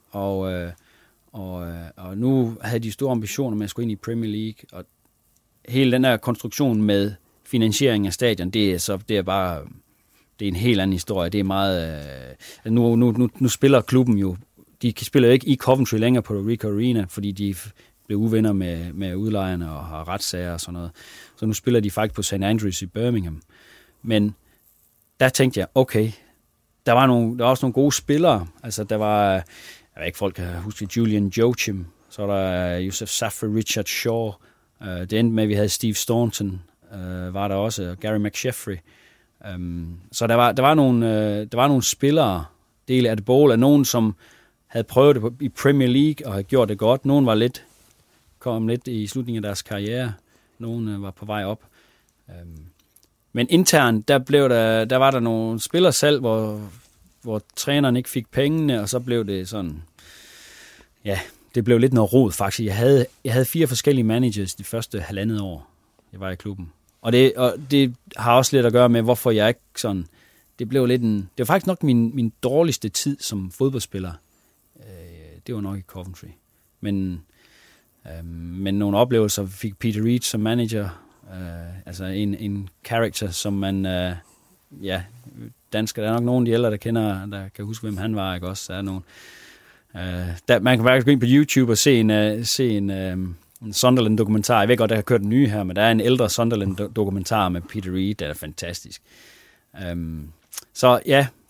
J: og nu havde de store ambitioner med at skulle ind i Premier League, og hele den her konstruktion med finansiering af stadion, det er en helt anden historie. Det er meget, nu spiller klubben jo, de spiller jo ikke i Coventry længere på Ricoh Arena, fordi de blev uvenner med udlejerne og har retssager og sådan noget. Så nu spiller de faktisk på St. Andrews i Birmingham. Men der tænkte jeg, okay, der var også nogle gode spillere. Altså der var, jeg ved ikke, folk kan huske Julian Joachim, så var der Youssef Safri, Richard Shaw. Det endte med, at vi havde Steve Staunton, var der også, Gary McSheffrey. Så der var nogle spillere, dele af det bowl, af nogen, som havde prøvet det i Premier League og havde gjort det godt. Nogen kom lidt i slutningen af deres karriere. Nogen var på vej op. Men internt, der var der nogle spillersalg, hvor træneren ikke fik pengene, og så blev det sådan, ja, det blev lidt noget rod faktisk. Jeg havde 4 forskellige managers de første 1,5 år, jeg var i klubben. Og det har også lidt at gøre med, hvorfor jeg ikke sådan, det var faktisk nok min dårligste tid som fodboldspiller. Det var nok i Coventry. Men nogle oplevelser fik Peter Reid som manager, altså en character, som man, dansker, der er nok nogen af de ældre, der kan huske, hvem han var, ikke også? Der er nogen, man kan faktisk gå ind på YouTube og se en Sunderland-dokumentar. Jeg ved godt, der har kørt den nye her, men der er en ældre Sunderland-dokumentar med Peter Reid, der er fantastisk. Så ja,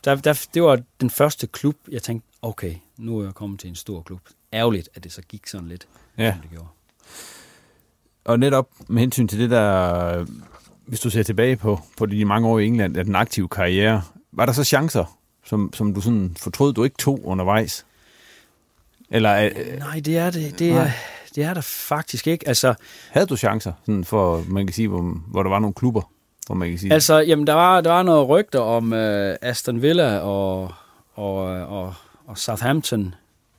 J: det var den første klub, jeg tænkte, okay, nu er jeg kommet til en stor klub. Ærgerligt, at det så gik sådan lidt, som det gjorde. Og
I: netop med hensyn til det der, hvis du ser tilbage på de mange år i England, af den aktive karriere, var der så chancer, som du sådan fortrød, du ikke tog undervejs? Eller,
J: nej, det er det. Det er der faktisk ikke. Altså,
I: havde du chancer, sådan for, man kan sige, hvor der var nogle klubber, hvor man kan sige?
J: Altså, jamen, der var noget rygter om Aston Villa og Southampton.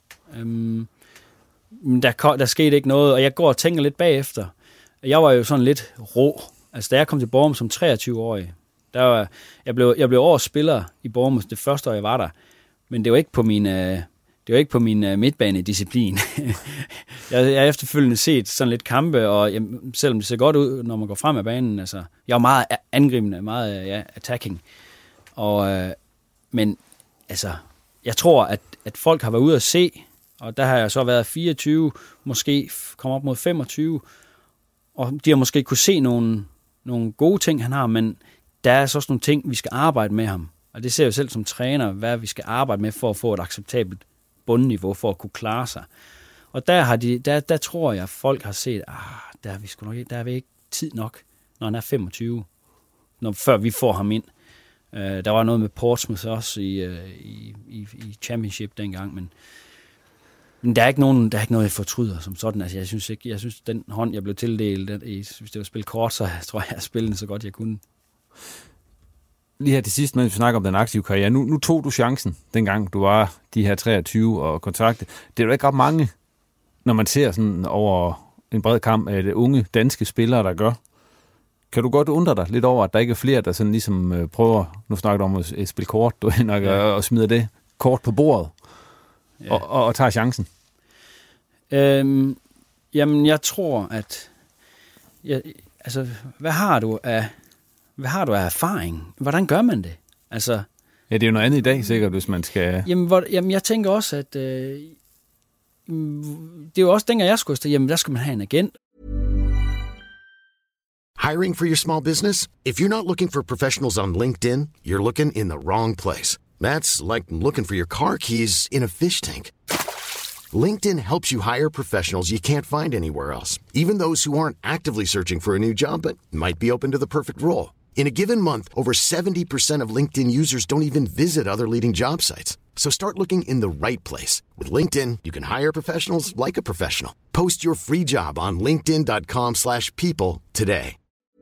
J: Men der skete ikke noget, og jeg går og tænker lidt bagefter. Jeg var jo sådan lidt rå. Altså, da jeg kom til Bournemouth som 23-årig, jeg blev årets spiller i Bournemouth det første år, jeg var der. Men det var ikke på min midtbanedisciplin. Jeg har efterfølgende set sådan lidt kampe, og selvom det ser godt ud, når man går frem af banen, altså, jeg var meget angribende, meget attacking. Men altså, jeg tror, at folk har været ude at se, og der har jeg så været 24, måske kommet op mod 25, og de har måske kunne se nogle gode ting, han har, men der er så også nogle ting, vi skal arbejde med ham. Og det ser jeg jo selv som træner, hvad vi skal arbejde med for at få et acceptabelt bundniveau, for at kunne klare sig. Og der tror jeg, at folk har set, der er vi ikke tid nok, når han er 25, før vi får ham ind. Der var noget med Portsmouth også i Championship dengang, men der er ikke noget, jeg fortryder som sådan. Altså, jeg synes den hånd, jeg blev tildelt, hvis det var spillet kort, så tror jeg spillede så godt, jeg kunne.
I: Lige her til sidst, mens vi snakker om den aktive karriere. Nu tog du chancen, dengang du var de her 23 og kontrakte. Det er jo ikke ret mange, når man ser sådan over en bred kamp af det unge danske spillere, der gør. Kan du godt undre dig lidt over, at der ikke er flere, der sådan ligesom prøver, nu snakker du om at spille kort, du nok, og smider det kort på bordet, og tager chancen?
J: Jamen, jeg tror, at altså, hvad har du af erfaring? Hvordan gør man det? Altså,
I: ja, det er jo noget andet i dag, sikkert, hvis man skal...
J: Jamen jeg tænker også, at det er jo også dengang jeg skulle stå, jamen der skal man have en agent.
F: Hiring for your small business? If you're not looking for professionals on LinkedIn, you're looking in the wrong place. That's like looking for your car keys in a fish tank. LinkedIn helps you hire professionals you can't find anywhere else, even those who aren't actively searching for a new job but might be open to the perfect role. In a given month, over 70% of LinkedIn users don't even visit other leading job sites. So start looking in the right place. With LinkedIn, you can hire professionals like a professional. Post your free job on linkedin.com/people today.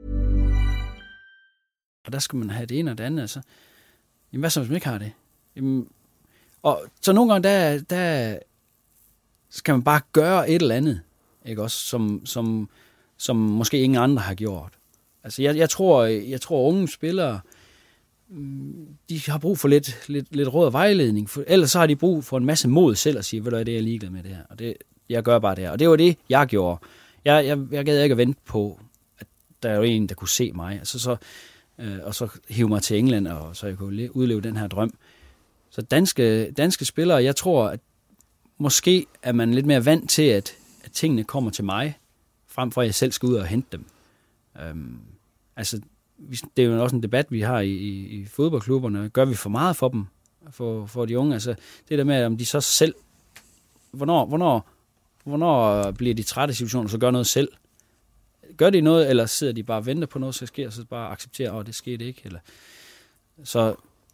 J: Og der skal man have det ene og det andet. Altså. Jamen, hvad så, hvis man ikke har det? Jamen, og så nogle gange, der skal man bare gøre et eller andet, ikke også, som måske ingen andre har gjort. Altså, jeg tror unge spillere, de har brug for lidt råd og vejledning, ellers så har de brug for en masse mod selv at sige, ved du hvad, det er jeg ligeglad med det her, og jeg gør bare det her. Og det var det, jeg gjorde. Jeg gad ikke at vente på, at der er en, der kunne se mig, altså og så hive mig til England, og så jeg kunne udleve den her drøm. Så danske spillere, jeg tror, at måske er man lidt mere vant til, at tingene kommer til mig, frem for at jeg selv skal ud og hente dem. Altså, det er jo også en debat, vi har i fodboldklubberne. Gør vi for meget for dem, for de unge? Altså, det der med, om de så selv... Hvornår bliver de trætte i situationen, så gør noget selv? Gør de noget, eller sidder de bare og venter på noget, så sker, så bare accepterer, det skete ikke? Eller... Så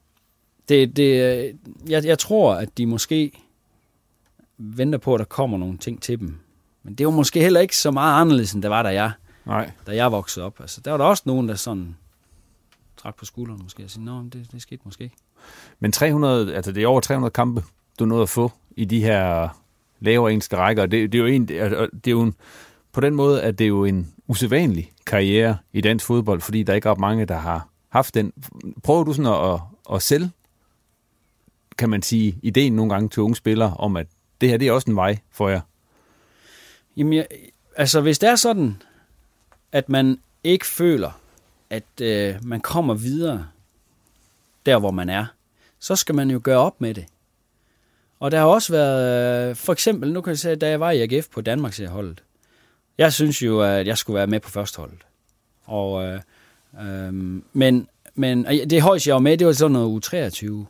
J: jeg tror, at de måske venter på, at der kommer nogle ting til dem. Men det var måske heller ikke så meget anderledes, end det var, da jeg voksede op. Altså, der var der også nogen, der sådan trak på skulderen måske og sige, nå, det skete måske ikke.
I: Men 300, altså det er over 300 kampe, du nåede at få i de her lavere engelske rækker. Det er jo på den måde, at det er jo en usædvanlig karriere i dansk fodbold, fordi der ikke er mange, der har haft den. Prøver du sådan at sælge, kan man sige, ideen nogle gange til unge spillere, om at det her, det er også en vej for jer?
J: Jamen, altså hvis det er sådan, at man ikke føler, at man kommer videre der, hvor man er, så skal man jo gøre op med det. Og der har også været, for eksempel, nu kan jeg sige, da jeg var i AGF på Danmarksserieholdet, jeg synes jo, at jeg skulle være med på førsteholdet. Og, men det højeste, jeg var med, det var sådan noget U23.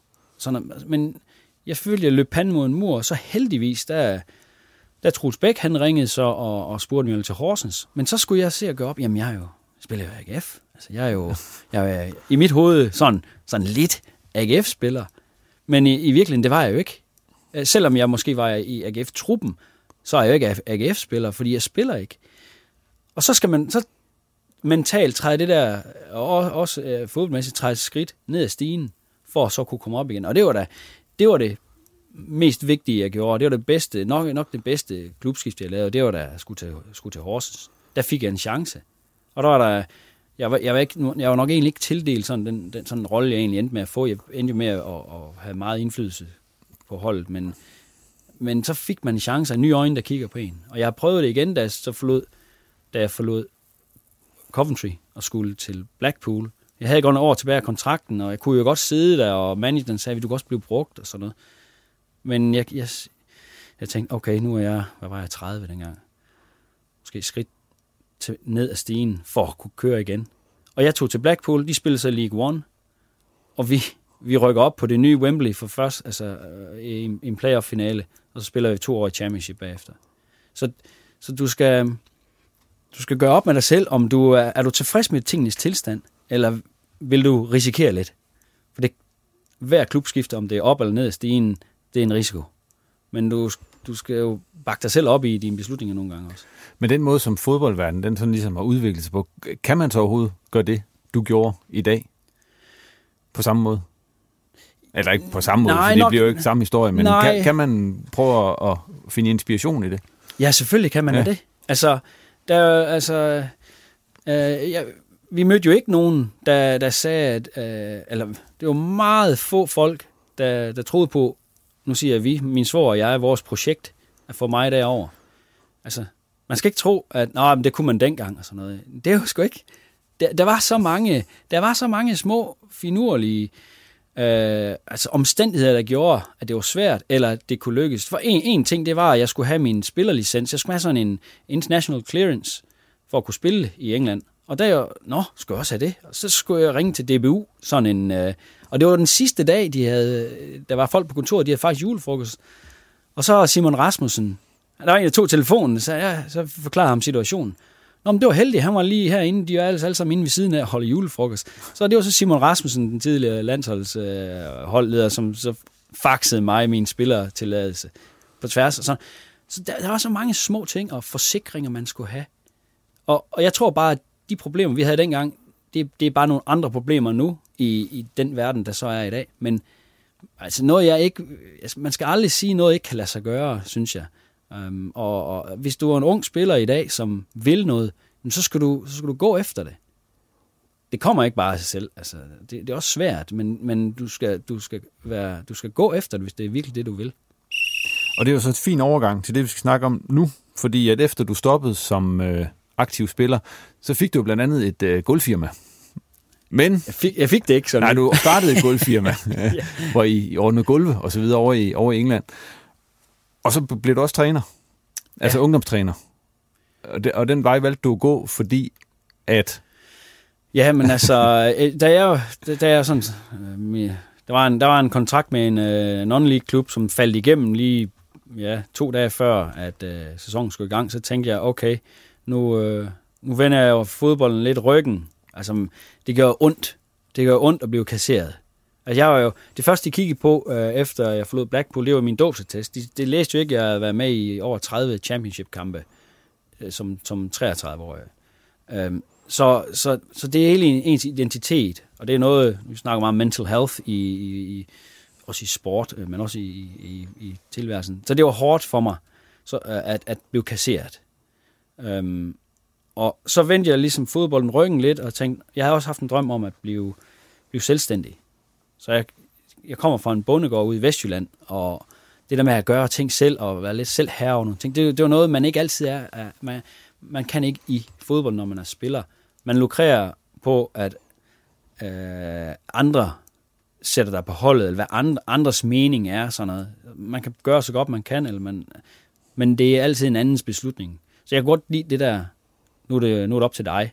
J: Men jeg følte, jeg løb panden mod en mur, og så heldigvis, der Troels Bæk, han ringede så og spurgte mig til Horsens. Men så skulle jeg se at gå op, jamen jeg spiller jo AGF. Altså jeg er i mit hoved sådan lidt AGF-spiller. Men i virkeligheden, det var jeg jo ikke. Selvom jeg måske var i AGF-truppen, så er jeg jo ikke AGF-spiller, fordi jeg spiller ikke. Og så skal man så mentalt træde det der, og også fodboldmæssigt træde skridt ned ad stigen, for at så kunne komme op igen. Og det var det mest vigtige, jeg gjorde. Det var det bedste, nok det bedste klubskift, jeg lavede. Det var da jeg skulle til Horsens. Der fik jeg en chance. Og der var der, jeg var nok egentlig ikke tildelt sådan den rolle, jeg egentlig endte med at få. Jeg endte med at have meget indflydelse på holdet, men så fik man en chance af nye øjne, der kigger på en. Og jeg har prøvet det igen, da jeg forlod Coventry og skulle til Blackpool. Jeg havde godt et år tilbage af kontrakten, og jeg kunne jo godt sidde der, og manageren sagde, at du kan også blive brugt og sådan noget. Men jeg tænkte, okay, nu er jeg, hvad var jeg, 30 dengang? Måske skridt ned ad stigen for at kunne køre igen. Og jeg tog til Blackpool, de spillede så League One, og vi rykker op på det nye Wembley for først, altså i en playoff-finale, og så spiller vi 2 år i Championship bagefter. Så du skal gøre op med dig selv, om er du tilfreds med tingenes tilstand, eller vil du risikere lidt? For hver klubskifter, om det er op eller ned ad stigen, det er en risiko. Men du skal jo bakke dig selv op i dine beslutninger nogle gange også.
I: Men den måde, som fodboldverdenen den sådan ligesom har udviklet sig på, kan man så overhovedet gøre det, du gjorde i dag? På samme måde? Eller ikke på samme måde, for det bliver jo ikke samme historie, men kan man prøve at finde inspiration i det?
J: Ja, selvfølgelig kan man det. Altså, vi mødte jo ikke nogen, der sagde, at eller det var meget få folk, der troede på, nu siger jeg vi, min svoger og jeg, vores projekt at få mig derover. Altså, man skal ikke tro, at men det kunne man dengang og sådan noget. Det er jo sgu ikke. Der var så mange små, finurlige omstændigheder, der gjorde, at det var svært, eller at det kunne lykkes. For en ting, det var, at jeg skulle have min spillerlicens. Jeg skulle have sådan en international clearance for at kunne spille i England. Og der skulle jeg også have det. Og så skulle jeg ringe til DBU, og det var den sidste dag, der var folk på kontoret, de havde faktisk julefrokost. Og så Simon Rasmussen, der var en, der tog telefonen, så forklarede ham situationen. Men det var heldigt, han var lige herinde, de var alle sammen inde ved siden af at holde julefrokost. Så det var så Simon Rasmussen, den tidligere landsholdsholdleder, som så faxede mig min spillertilladelse på tværs. Og sådan. Så der var så mange små ting og forsikringer, man skulle have. Og jeg tror bare, at de problemer, vi havde dengang, det er bare nogle andre problemer nu i den verden, der så er i dag. Men altså man skal aldrig sige noget, ikke kan lade sig gøre, synes jeg. Og hvis du er en ung spiller i dag, som vil noget, så skal du gå efter det. Det kommer ikke bare af sig selv. Altså, det er også svært, men du skal gå efter det, hvis det er virkelig det, du vil.
I: Og det er jo så et fin overgang til det, vi skal snakke om nu, fordi at efter du stoppede som aktiv spiller, så fik du jo blandt andet et gulvfirma. Men
J: jeg fik det ikke sådan.
I: Nej, du startede et gulvfirma, hvor I ordnede gulve og så videre over i England. Og så blev du også træner, altså ungdomstræner. Og den vej valgte du at gå, fordi at...
J: Ja, men altså, der var en kontrakt med en non-league klub, som faldt igennem lige 2 dage før, at sæsonen skulle i gang. Så tænkte jeg, okay, nu vender jeg jo fodbolden lidt ryggen. Altså, det gør ondt. Det gør ondt at blive kasseret. Altså, jeg var jo, det første, de kiggede på, efter jeg forlod Blackpool, det var min dåbsattest. Det læste jo ikke, at jeg havde været med i over 30 championship-kampe som 33-årig. Så det er hele ens identitet, og det er noget, vi snakker meget om mental health, også i sport, men også i tilværelsen. Så det var hårdt for mig at blive kasseret. Og så vendte jeg ligesom fodbolden ryggen lidt, og tænkte, jeg havde også haft en drøm om at blive selvstændig. Så jeg kommer fra en bondegård ude i Vestjylland, og det der med at gøre ting selv, og være lidt selv herre over nogle ting, det var noget, man ikke altid er. Man kan ikke i fodbold, når man er spiller. Man lukrerer på, at andre sætter dig på holdet, eller hvad andres mening er, sådan noget. Man kan gøre så godt, man kan, men det er altid en andens beslutning. Så jeg kan godt lide det der, nu er det op til dig.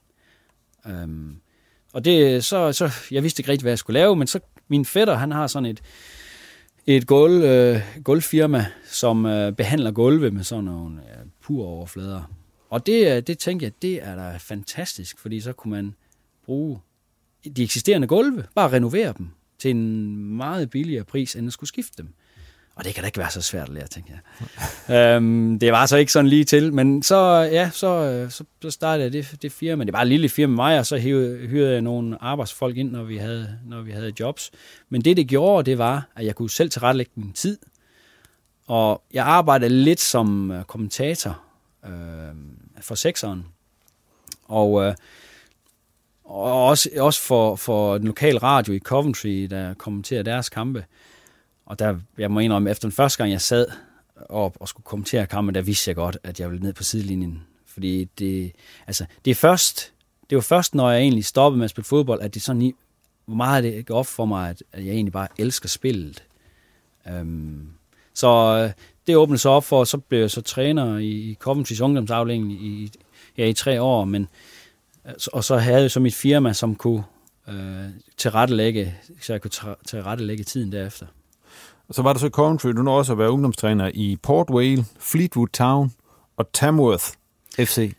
J: Og det så jeg vidste ikke rigtig, hvad jeg skulle lave, men så min fætter, han har sådan et gulvfirma, som behandler gulve med sådan nogle puroverflader. Og det tænkte jeg, det er da fantastisk, fordi så kunne man bruge de eksisterende gulve, bare renovere dem til en meget billigere pris, end at skulle skifte dem. Og det kan da ikke være så svært at lære, tænker jeg. Det var så ikke sådan lige til, men så startede jeg det firma. Det var et lille firma med mig, og så hyrede jeg nogle arbejdsfolk ind, når vi havde jobs. Men det gjorde, det var, at jeg kunne selv tilrettelægge min tid. Og jeg arbejdede lidt som kommentator for sekseren. Og også for den lokale radio i Coventry, der kommenterer deres kampe. Og der, jeg må indrømme, efter den første gang, jeg sad op og skulle kommentere kampen, der vidste jeg godt, at jeg ville ned på sidelinjen. Fordi det var først, når jeg egentlig stoppede med at spille fodbold, at det sådan hvor meget det går op for mig, at jeg egentlig bare elsker spillet. Så det åbnede sig op for, så blev jeg så træner i Coventrys ungdomsafdeling i 3 år, og så havde jeg så mit firma, som kunne tilrettelægge, så jeg kunne tilrettelægge tiden derefter.
I: Og så var der så Coventry, du nåede også at være ungdomstræner i Port Vale, Fleetwood Town og Tamworth FC.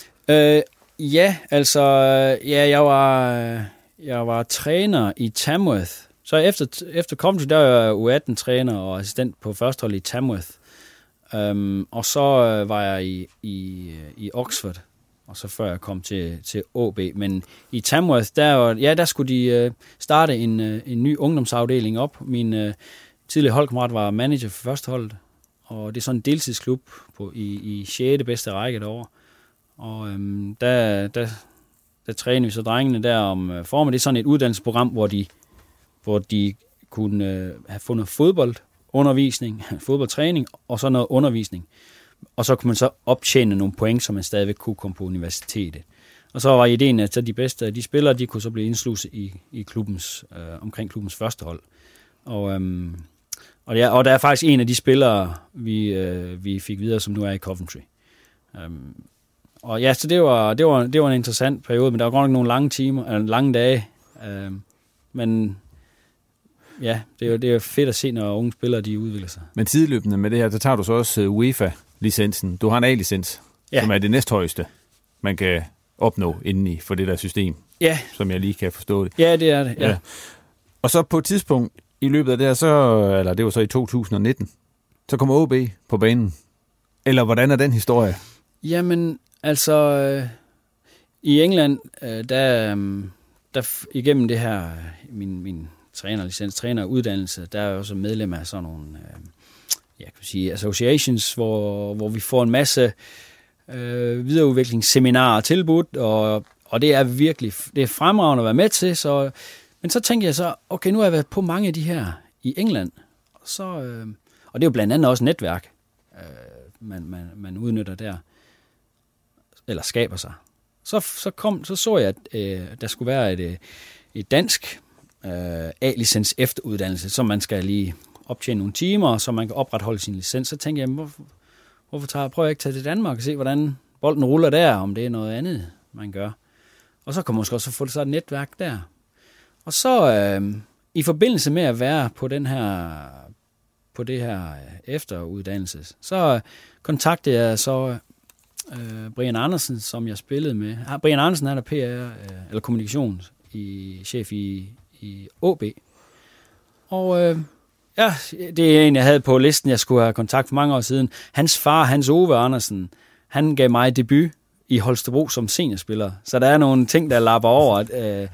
I: Jeg var træner i Tamworth. Så efter Coventry, der var jeg U18-træner og assistent på førstehold i Tamworth. Og så var jeg i Oxford, og så før jeg kom til AB. Men i Tamworth, der skulle de starte en ny ungdomsafdeling op. Min tidligere holdkammerat var manager for førsteholdet, og det er sådan en deltidsklub i 6. bedste række derovre. Og der træner vi så drengene der om formen. Det er sådan et uddannelsesprogram, hvor de kunne have fundet fodboldundervisning, fodboldtræning og så noget undervisning. Og så kunne man så optjene nogle point, så man stadigvæk kunne komme på universitetet. Og så var ideen, at så de bedste af de spillere, de kunne så blive indsluset i klubbens, omkring klubbens første hold. Og der er faktisk en af de spillere, vi fik videre, som nu er i Coventry. Og ja, så det var en interessant periode, men der var godt nok nogle lange timer, eller lange dage. Men ja, det er fedt at se, når unge spillere, de udvikler sig. Men tidløbende med det her, så tager du så også UEFA-licensen. Du har en A-licens, som er det næsthøjeste, man kan opnå indeni for det der system, som jeg lige kan forstå det.
J: Ja, det er det, ja.
I: Og så på et tidspunkt i løbet af det her, det var så i 2019, så kommer OB på banen. Eller hvordan er den historie?
J: Jamen, altså, i England, der igennem det her, min træneruddannelse, der er jeg også medlem af sådan nogle, associations, hvor vi får en masse videreudviklingsseminarer tilbudt, og det er virkelig, det er fremragende at være med til, så, men så tænker jeg så, okay, nu har jeg været på mange af de her i England, og det er jo blandt andet også netværk, man udnytter der, eller skaber sig. Så jeg, at der skulle være et dansk A-licens efteruddannelse, som man skal lige optjene nogle timer, så man kan opretholde sin licens. Så tænker jeg, hvorfor prøver jeg ikke at tage til Danmark og se, hvordan bolden ruller der, om det er noget andet, man gør. Og så kan man måske også få så et netværk der. Og så i forbindelse med at være på det her efteruddannelse, så kontaktede jeg så Brian Andersen, som jeg spillede med. Brian Andersen, han er PR, eller kommunikationschef i AB. Og det er en, jeg havde på listen, jeg skulle have kontakt for mange år siden. Hans far, Hans Ove Andersen, han gav mig debut i Holstebro som seniorspiller. Så der er nogle ting, der lapper over.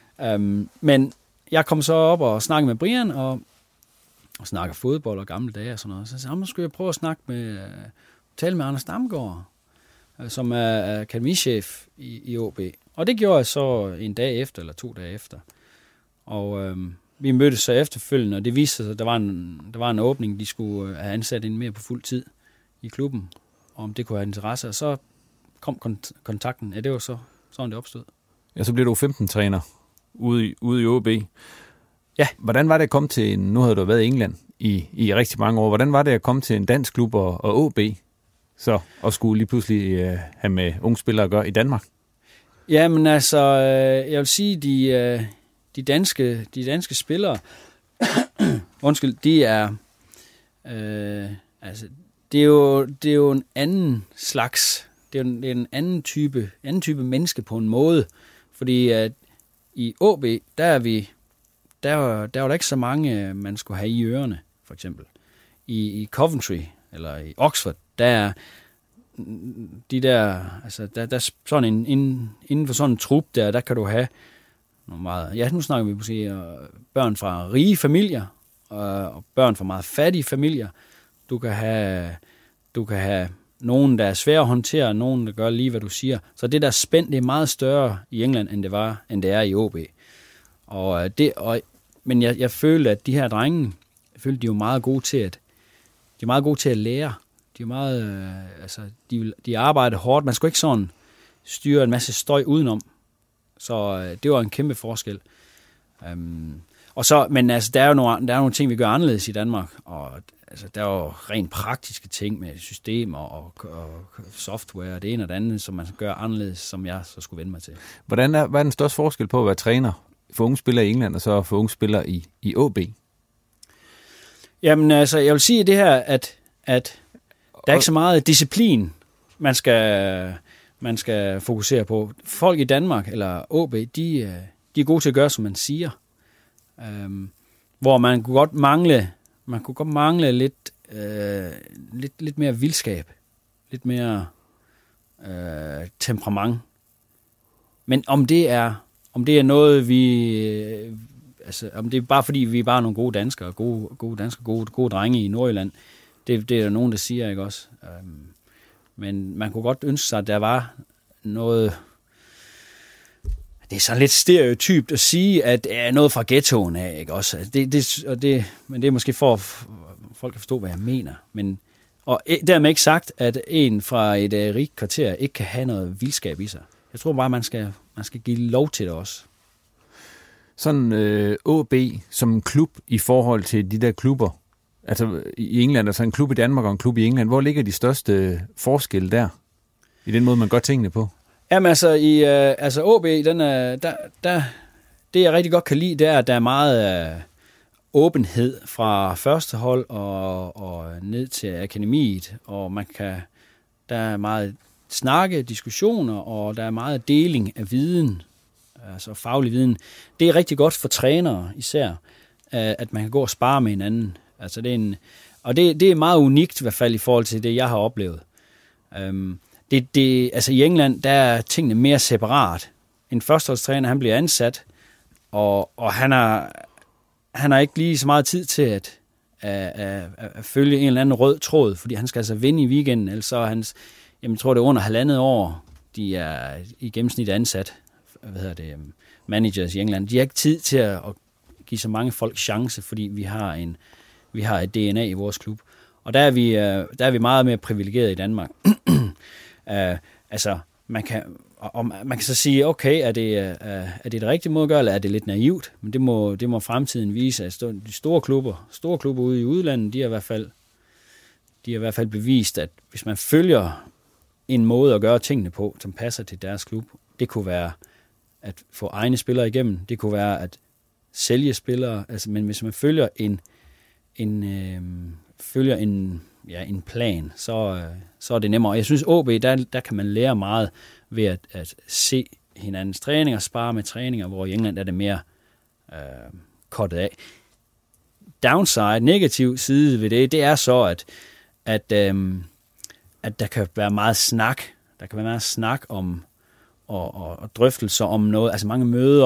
J: Men jeg kom så op og snakkede med Brian, og snakker fodbold og gamle dage og sådan noget. Så jeg sagde, nu skulle jeg prøve at tale med Anders Damgaard, som er akademichef i AB. Og det gjorde jeg så en dag efter, eller 2 dage efter. Og vi mødtes så efterfølgende, og det viste sig, at der var en åbning, de skulle have ansat en mere på fuld tid i klubben, om det kunne have interesse. Og så kom kontakten. Ja, det var så sådan, det opstod. Ja, så blev du 15-træner ude i AB. Ja. Hvordan var det at komme til nu havde du været i England i rigtig mange år, hvordan var det at komme til en dansk klub og AB, så, og skulle lige pludselig have med unge spillere at gøre i Danmark? Jamen altså, jeg vil sige, de danske spillere, de er... altså, det er jo en anden slags... Det er en anden type menneske på en måde. Fordi at i AB, der var der ikke så mange, man skulle have i ørerne, for eksempel. I Coventry, eller i Oxford, der er de der... Altså, der er sådan inden for sådan en trup, der kan du have nogle meget... Ja, nu snakker vi måske børn fra rige familier, og børn fra meget fattige familier. Du kan have nogen, der er svære at håndtere, nogen, der gør lige, hvad du siger. Så det der spænd, det er meget større i England, end det er i AB. Men jeg følte, at de her drenge, de er jo meget gode til at lære. De er meget, de arbejder hårdt. Man skulle ikke sådan styre en masse støj udenom. Så det var en kæmpe forskel. Men altså, der er jo nogle ting, vi gør anderledes i Danmark, og altså, der er jo rent praktiske ting med systemer og software og det ene og det andet, som man gør anderledes, som jeg så skulle vende mig til.
I: Hvad er den største forskel på at være træner for unge spillere i England og så for unge spillere i AB?
J: Jamen altså, jeg vil sige det her, at der er ikke så meget disciplin, man skal fokusere på. Folk i Danmark eller AB, de er gode til at gøre, som man siger. Hvor man kunne godt mangle lidt mere vildskab, lidt mere temperament. Men om det er noget om det er bare fordi vi er bare nogle gode danskere, gode drenge i Nordjylland, det er der nogen der siger, ikke også? Men man kunne godt ønske sig, at der var noget. Det er så lidt stereotypt at sige, at det er noget fra ghettoen af, ikke også? Men det er måske for, at folk kan forstå, hvad jeg mener. Og dermed ikke sagt, at en fra et rigt kvarter ikke kan have noget vildskab i sig. Jeg tror bare, man skal give lov til det også.
I: Sådan AB som en klub i forhold til de der klubber, altså i England, altså en klub i Danmark og en klub i England, hvor ligger de største forskelle der? I den måde, man gør tingene på? Jamen
J: altså, AB, det jeg rigtig godt kan lide, det er, at der er meget åbenhed fra første hold og ned til akademiet, og der er meget snakke, diskussioner, og der er meget deling af viden, altså faglig viden. Det er rigtig godt for trænere især, at man kan gå og spare med hinanden. Altså det er meget unikt i hvert fald i forhold til det, jeg har oplevet. Altså i England, der er tingene mere separat. En førsteholdstræner, han bliver ansat, og han har ikke lige så meget tid til at følge en eller anden rød tråd, fordi han skal altså vinde i weekenden, ellers så er hans, jeg tror det er under 1,5 år, de er i gennemsnit ansat, managers i England. De har ikke tid til at give så mange folk chance, fordi vi har et DNA i vores klub. Og der er vi meget mere privilegeret i Danmark. Altså, man kan så sige, okay, er det det rigtige måde at gøre, eller er det lidt naivt? Men det må fremtiden vise. Altså, de store klubber ude i udlandet, de har i hvert fald bevist, at hvis man følger en måde at gøre tingene på, som passer til deres klub, det kunne være at få egne spillere igennem, det kunne være at sælge spillere, altså, men hvis man følger en plan, så er det nemmere. Og jeg synes, AB, der kan man lære meget ved at se hinandens træninger, spare med træninger, hvor i England er det mere kortet af. Downside, negativ side ved det er så, at der kan være meget snak. Der kan være meget snak om og drøftelser om noget, altså mange møder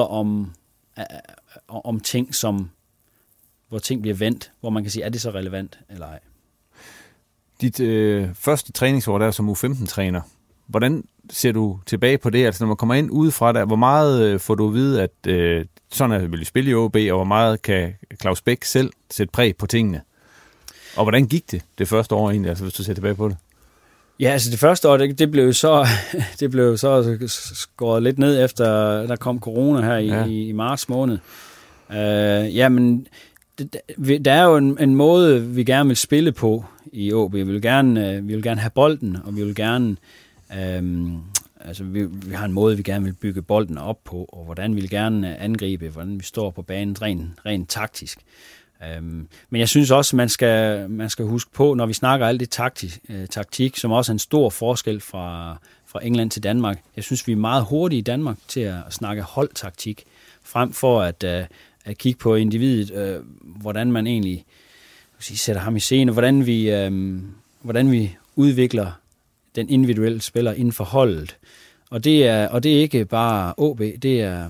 J: om ting, hvor ting bliver vendt, hvor man kan sige, er det så relevant eller ej?
I: Dit første træningsår der som U15-træner, hvordan ser du tilbage på det? Altså når man kommer ind udefra der, hvor meget får du at vide, at sådan er vil spille i OB, og hvor meget kan Claus Bech selv sætte præg på tingene? Og hvordan gik det første år egentlig, altså hvis du ser tilbage på det?
J: Ja, altså det første år, det blev så skåret lidt ned efter, der kom corona her i marts måned. Jamen, der er jo en måde, vi gerne vil spille på i AB. Vi vil gerne have bolden, og vi vil gerne, vi har en måde, vi gerne vil bygge bolden op på, og hvordan vi vil gerne angribe, hvordan vi står på banen rent taktisk. Men jeg synes også, man skal huske på, når vi snakker alt det taktik, som også er en stor forskel fra England til Danmark. Jeg synes, vi er meget hurtige i Danmark til at snakke holdtaktik, frem for at kigge på individet, hvordan man egentlig sætter ham i scene, hvordan vi udvikler den individuelle spiller inden for holdet. Og det er ikke bare OB, det er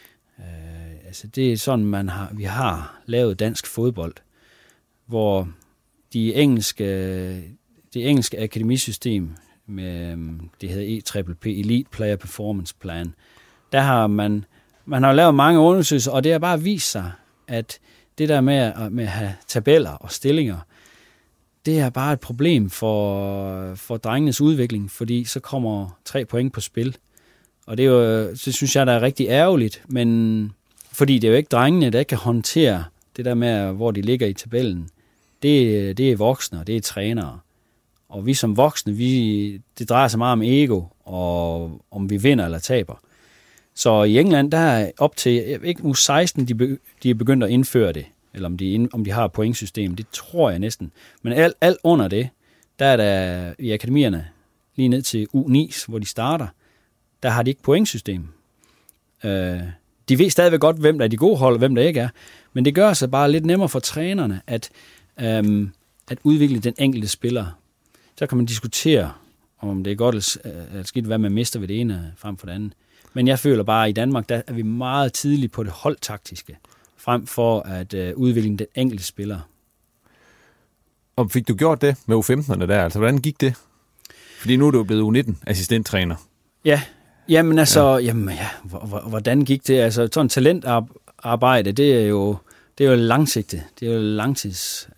J: sådan, vi har lavet dansk fodbold, hvor det engelske akademisystem med det hedder EPP, Elite Player Performance Plan, der har man har lavet mange undersøgelser, og det har bare vist sig, at det der med at have tabeller og stillinger, det er bare et problem for drengenes udvikling, fordi så kommer 3 point på spil. Og det synes jeg, der er rigtig ærgerligt, men fordi det er jo ikke drengene, der ikke kan håndtere det der med, hvor de ligger i tabellen. Det er voksne, og det er trænere. Og vi som voksne, det drejer sig meget om ego, og om vi vinder eller taber. Så i England, der er op til ikke 16, de er begyndt at indføre det, eller om de har et pointsystem, det tror jeg næsten. Men alt under det, der er der i akademierne, lige ned til U9, hvor de starter, der har de ikke pointsystem. De ved stadigvæk godt, hvem der er de gode hold, og hvem der ikke er. Men det gør sig bare lidt nemmere for trænerne, at udvikle den enkelte spiller. Så kan man diskutere, om det er godt eller skidt, hvad man mister ved det ene frem for det andet. Men jeg føler bare, at i Danmark, der er vi meget tidligt på det holdtaktiske, frem for at udvikle den enkelte spiller.
I: Og fik du gjort det med U15'erne der? Altså, hvordan gik det? Fordi nu er du blevet U19-assistenttræner. Ja.
J: Jamen altså, hvordan gik det? Altså, sådan talentarbejde, det er jo langsigtet. Det er jo langtids.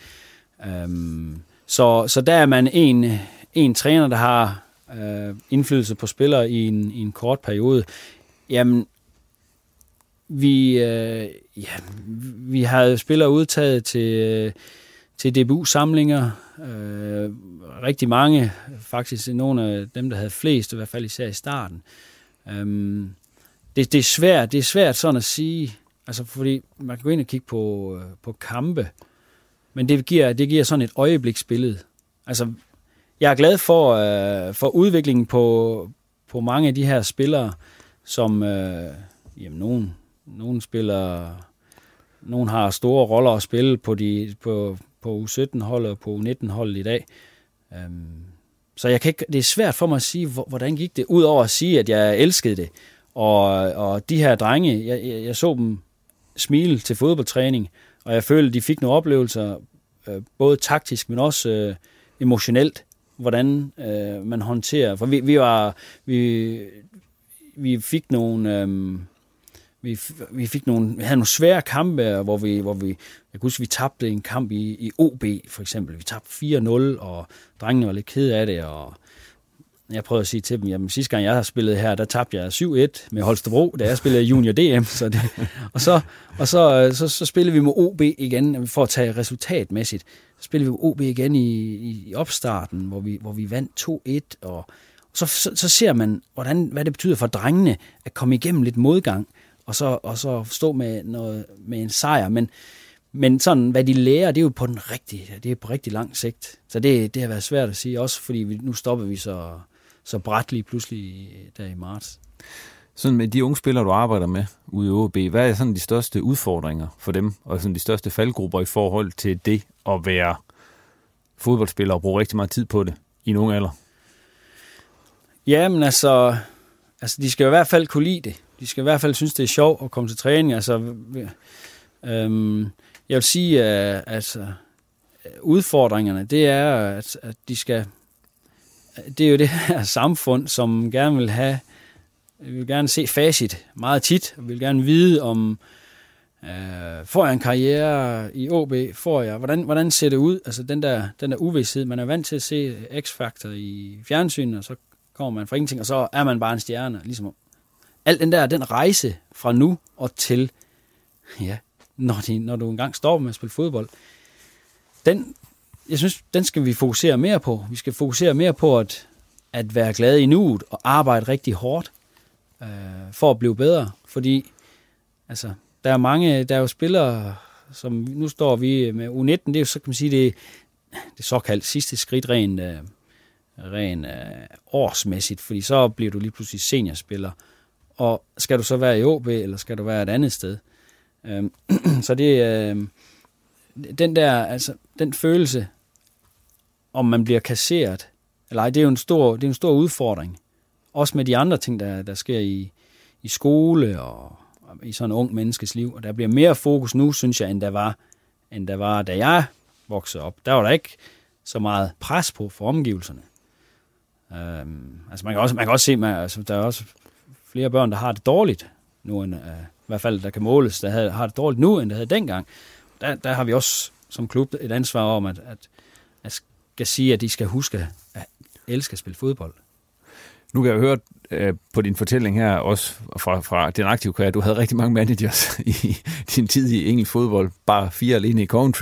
J: Så der er man en træner, der har indflydelse på spillere i en kort periode. Jamen, vi havde spillere udtaget til DBU-samlinger. Rigtig mange, faktisk nogle af dem, der havde flest, i hvert fald især i starten. Det er svært sådan at sige, altså fordi man kan gå ind og kigge på kampe, men det giver sådan et øjebliksbillede. Altså, jeg er glad for udviklingen på mange af de her spillere, som nogle spiller, nogle har store roller at spille på U17-holdet og på U19-holdet i dag. Så det er svært for mig at sige, hvordan gik det, udover at sige, at jeg elskede det. Og de her drenge, jeg så dem smile til fodboldtræning, og jeg følte, de fik nogle oplevelser, både taktisk, men også emotionelt, hvordan man håndterer. For vi fik nogle... Vi havde nogle svære kampe, hvor vi jeg kan huske, vi tabte en kamp i OB, for eksempel. Vi tabte 4-0, og drengene var lidt ked af det, og jeg prøvede at sige til dem, jamen sidste gang jeg har spillet her, der tabte jeg 7-1 med Holstebro, da jeg spillede junior DM, så spillede vi med OB igen, for at tage resultatmæssigt. Så spillede vi med OB igen i opstarten, hvor vi vandt 2-1, og så ser man, hvad det betyder for drengene at komme igennem lidt modgang, og så stå med en sejr, men sådan, hvad de lærer, det er jo på rigtig lang sigt. Så det har været svært at sige, også fordi nu stopper vi så brat lige pludselig der i marts.
I: Sådan med de unge spillere, du arbejder med ude i OB, hvad er sådan de største udfordringer for dem, og sådan de største faldgrupper i forhold til det at være fodboldspiller og bruge rigtig meget tid på det i en ung alder?
J: Jamen altså, de skal i hvert fald kunne lide det. De skal i hvert fald synes, det er sjovt at komme til træning. Altså, jeg vil sige, at udfordringerne, det er, at de skal... Det er jo det her samfund, som gerne vil gerne se facit meget tit, og vil gerne vide om, får jeg en karriere i OB, hvordan ser det ud? Altså den der uvished, man er vant til at se X-Factor i fjernsynet, og så kommer man fra ingenting, og så er man bare en stjerne, ligesom alt den rejse fra nu og til, når du engang står med at spille fodbold, jeg synes, den skal vi fokusere mere på. Vi skal fokusere mere på at være glade i nuet og arbejde rigtig hårdt for at blive bedre. Fordi altså, der er jo spillere, som nu står vi med U19, det er jo så, kan man sige, det såkaldt sidste skridt rent årsmæssigt, fordi så bliver du lige pludselig seniorspiller. Og skal du så være i OB, eller skal du være et andet sted? Så det den følelse, om man bliver kasseret, eller ej, det er jo en stor udfordring. Også med de andre ting, der sker i skole og i sådan en ung menneskes liv. Og der bliver mere fokus nu, synes jeg, end der var, da jeg voksede op. Der var der ikke så meget pres på for omgivelserne. Man kan også se, der er også flere børn, der har det dårligt nu, end, i hvert fald der kan måles, der har det dårligt nu, end der havde dengang. Der har vi også som klub et ansvar om, at skal sige, at de skal huske at elske at spille fodbold.
I: Nu kan jeg høre på din fortælling her, også fra din aktive karriere, du havde rigtig mange managers i din tid i engelsk fodbold, bare 4 alene i Coventry.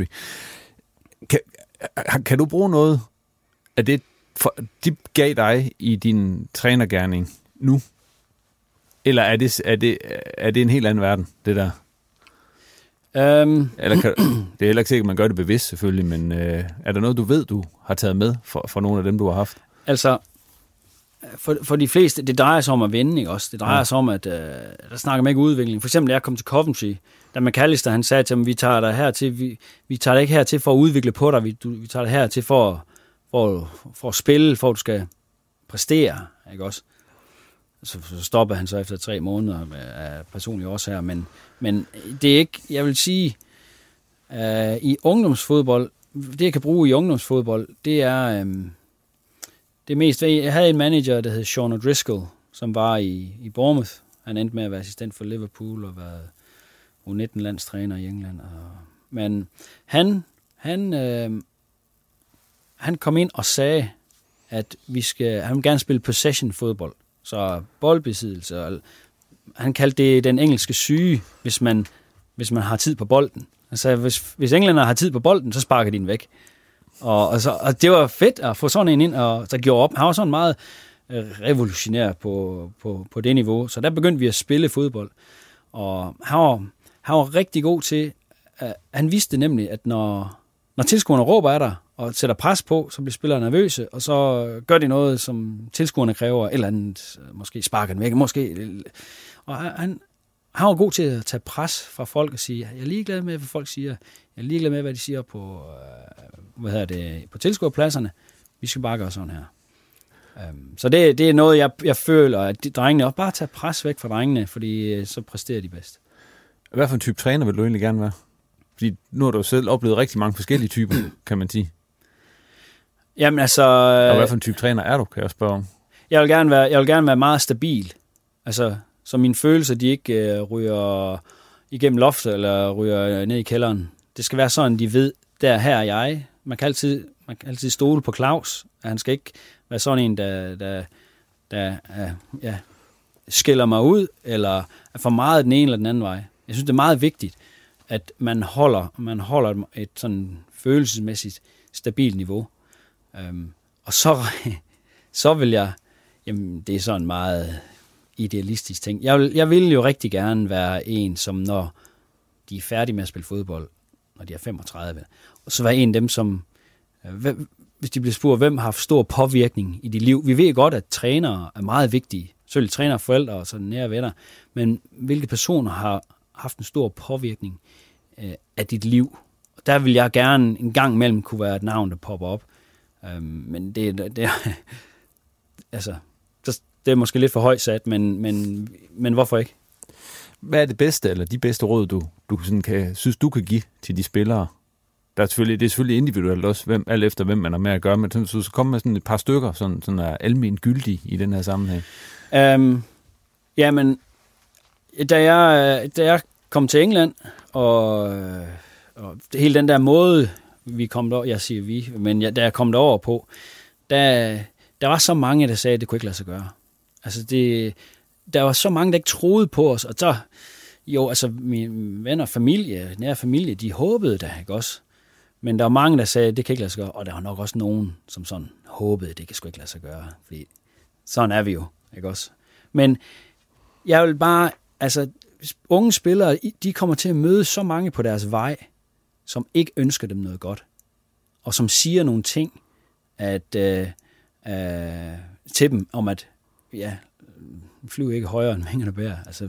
I: Kan du bruge noget af det, de gav dig i din trænergerning nu? Eller er det en helt anden verden, det der? Eller det er heller ikke sikkert, at man gør det bevidst selvfølgelig, men er der noget, du ved, du har taget med for nogle af dem, du har haft?
J: Altså, for de fleste, det drejer sig om at vinde, ikke også? Det drejer sig om, at der snakker man ikke udvikling. For eksempel, da jeg kom til Coventry, da McAllister, han sagde til dem, vi tager dig ikke hertil for at udvikle på dig, vi tager dig hertil for at spille, for at du skal præstere, ikke også? Så stopper han så efter 3 måneder af personlige årsager, men det er ikke, jeg vil sige, i ungdomsfodbold, det jeg kan bruge i ungdomsfodbold, det er det mest. Jeg havde en manager, der hed Sean O'Driscoll, som var i Bournemouth. Han endte med at være assistent for Liverpool og været U19-landstræner i England. Men han kom ind og sagde, at han vil gerne spille possession-fodbold. Så boldbesiddelse. Han kaldte det den engelske syge, hvis man har tid på bolden. Altså, hvis englænder har tid på bolden, så sparker de den væk. Og det var fedt at få sådan en ind, og så gjorde op. Han var sådan meget revolutionær på det niveau. Så der begyndte vi at spille fodbold. Og han var rigtig god til, han vidste nemlig, at når tilskuerne råber af dig, og sætter pres på, så bliver spillere nervøse, og så gør de noget, som tilskuerne kræver, eller andet, måske sparker den væk, måske. Og han var god til at tage pres fra folk og sige, jeg er ligeglad med, hvad folk siger, jeg er ligeglad med, hvad de siger på, på tilskuerpladserne, vi skal bare gøre sådan her. Så det er noget, jeg føler, at drengene også bare tager pres væk fra drengene, fordi så præsterer de bedst.
I: Hvad for en type træner vil du egentlig gerne være? Fordi nu har du selv oplevet rigtig mange forskellige typer, kan man sige.
J: Jamen altså...
I: Og hvad for en type træner er du, kan jeg spørge om?
J: Jeg vil gerne være meget stabil. Altså, så mine følelser, de ikke ryger igennem loftet, eller ryger ned i kælderen. Det skal være sådan, de ved, her er jeg. Man kan altid stole på Claus. Han skal ikke være sådan en, der skiller mig ud, eller er for meget den ene eller den anden vej. Jeg synes, det er meget vigtigt, at man holder et sådan følelsesmæssigt stabilt niveau. Og så vil jeg, jamen det er sådan en meget idealistisk ting. Jeg vil jo rigtig gerne være en, som når de er færdige med at spille fodbold, når de er 35, og så være en af dem, som, hvis de bliver spurgt, hvem har haft stor påvirkning i dit liv. Vi ved godt, at trænere er meget vigtige. Selvfølgelig trænere, forældre og sådan nære venner, men hvilke personer har haft en stor påvirkning af dit liv? Der vil jeg gerne en gang imellem kunne være et navn, der popper op. Men det er måske lidt for højt sat, men hvorfor ikke?
I: Hvad er det bedste, eller de bedste råd, du sådan synes, du kan give til de spillere? Det er selvfølgelig individuelt også, alt efter hvem man har med at gøre, men så kommer med sådan et par stykker, sådan er almen gyldige i den her sammenhæng.
J: Jamen, da jeg kom til England, og hele den der måde, vi kom derover, jeg siger vi, men da jeg kom derover på, der var så mange, der sagde, at det kunne ikke lade sig gøre. Altså der var så mange, der ikke troede på os, og så, jo, altså mine venner, nære familie, de håbede da, ikke også? Men der var mange, der sagde, at det kan ikke lade sig gøre, og der var nok også nogen, som sådan håbede, at det kan sgu ikke lade sig gøre, fordi sådan er vi jo, ikke også? Men jeg vil bare, altså unge spillere, de kommer til at møde så mange på deres vej, som ikke ønsker dem noget godt, og som siger nogle ting til dem om, at flyv ikke højere end vingerne bærer. Altså,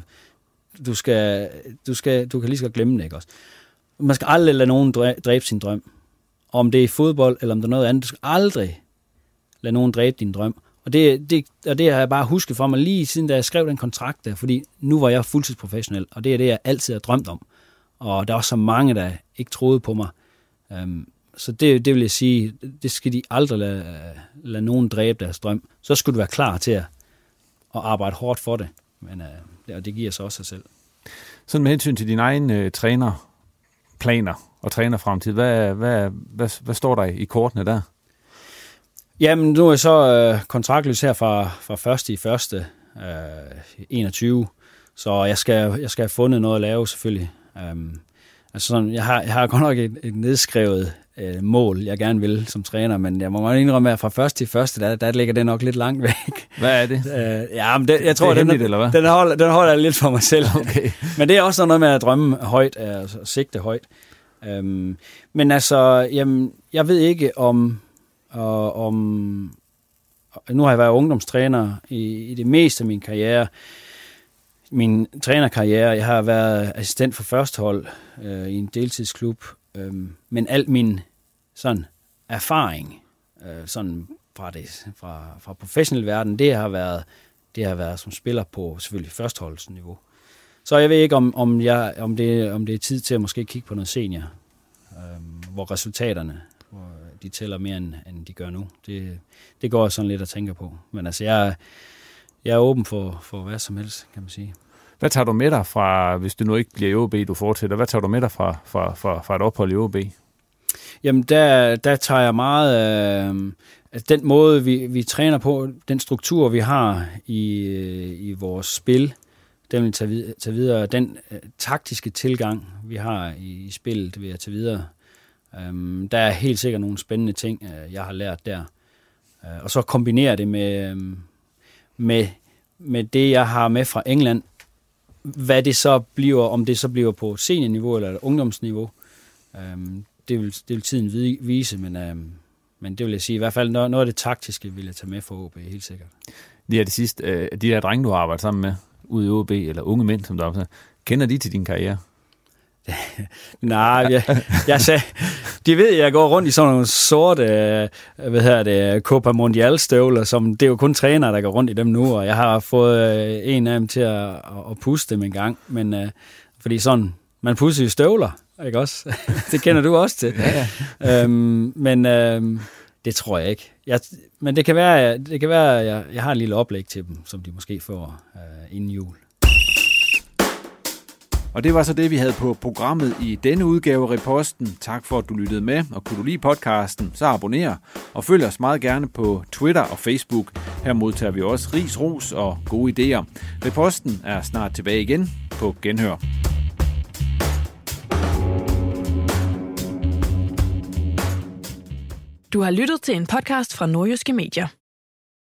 J: du kan lige så godt glemme det, ikke også? Man skal aldrig lade nogen dræbe sin drøm. Om det er fodbold, eller om det er noget andet, du skal aldrig lade nogen dræbe din drøm. Og det har jeg bare husket for mig lige siden, da jeg skrev den kontrakt der, fordi nu var jeg fuldtidsprofessionel, og det er det, jeg altid har drømt om. Og der er også så mange, der ikke troede på mig. Så det vil jeg sige, det skal de aldrig lade nogen dræbe deres drøm. Så skulle du være klar til at arbejde hårdt for det. Men og det giver sig også sig selv.
I: Sådan med hensyn til dine egne trænerplaner og trænerfremtid, hvad står der i kortene der?
J: Jamen, nu er jeg så kontraktløs her fra 1.1.21, så jeg skal have fundet noget at lave selvfølgelig. Altså sådan, jeg har godt nok et nedskrevet mål, jeg gerne vil som træner, men jeg må godt indrømme, at fra 1.1. Der ligger det nok lidt langt væk.
I: Hvad er det?
J: Men jeg tror,
I: det er hemmeligt, eller hvad?
J: Den holder jeg lidt for mig selv.
I: Okay.
J: Men det er også noget med at drømme højt, altså sigte højt. Men altså, jamen, jeg ved ikke om nu har jeg været ungdomstræner i det meste af min karriere. Min trænerkarriere, jeg har været assistent for førstehold i en deltidsklub, men al min sådan erfaring sådan fra professionel verden, det har været som spiller på selvfølgelig førsteholdsniveau. Så jeg ved ikke om det er tid til at måske kigge på noget senior, hvor resultaterne de tæller mere end de gør nu. Det går jeg sådan lidt at tænke på. Men altså jeg er åben for hvad som helst, kan man sige.
I: Hvad tager du med dig fra, hvis du nu ikke bliver i OB, du fortsætter, hvad tager du med dig fra et ophold i OB?
J: Jamen, der tager jeg meget den måde, vi træner på, den struktur, vi har i vores spil, den vil jeg tage videre. Den taktiske tilgang, vi har i spillet, det vil jeg tage videre. Der er helt sikkert nogle spændende ting, jeg har lært der. Og så kombinere det med det, jeg har med fra England. Hvad det så bliver, om det så bliver på seniorniveau eller ungdomsniveau, det vil tiden vise, men det vil jeg sige, i hvert fald noget af det taktiske vil jeg tage med for OB, helt sikkert.
I: Det er det sidste. De der drenge, du har arbejdet sammen med ude i OB, eller unge mænd, som du har sagt, kender de til din karriere?
J: Nej, jeg sagde, de ved, at jeg går rundt i sådan nogle sorte, Copa Mundial støvler, som det er jo kun trænere, der går rundt i dem nu, og jeg har fået en af dem til at puste dem en gang, men fordi sådan, man pusser jo støvler, ikke også? Det kender du også til. Ja. Men det tror jeg ikke. Men det kan være, at jeg har et lille oplæg til dem, som de måske får inden jul.
I: Og det var så det, vi havde på programmet i denne udgave af Riposten. Tak for, at du lyttede med, og kunne du lide podcasten, så abonner og følg os meget gerne på Twitter og Facebook. Her modtager vi også ris, ros og gode idéer. Riposten er snart tilbage igen på Genhør.
H: Du har lyttet til en podcast fra Nordjyske Medier.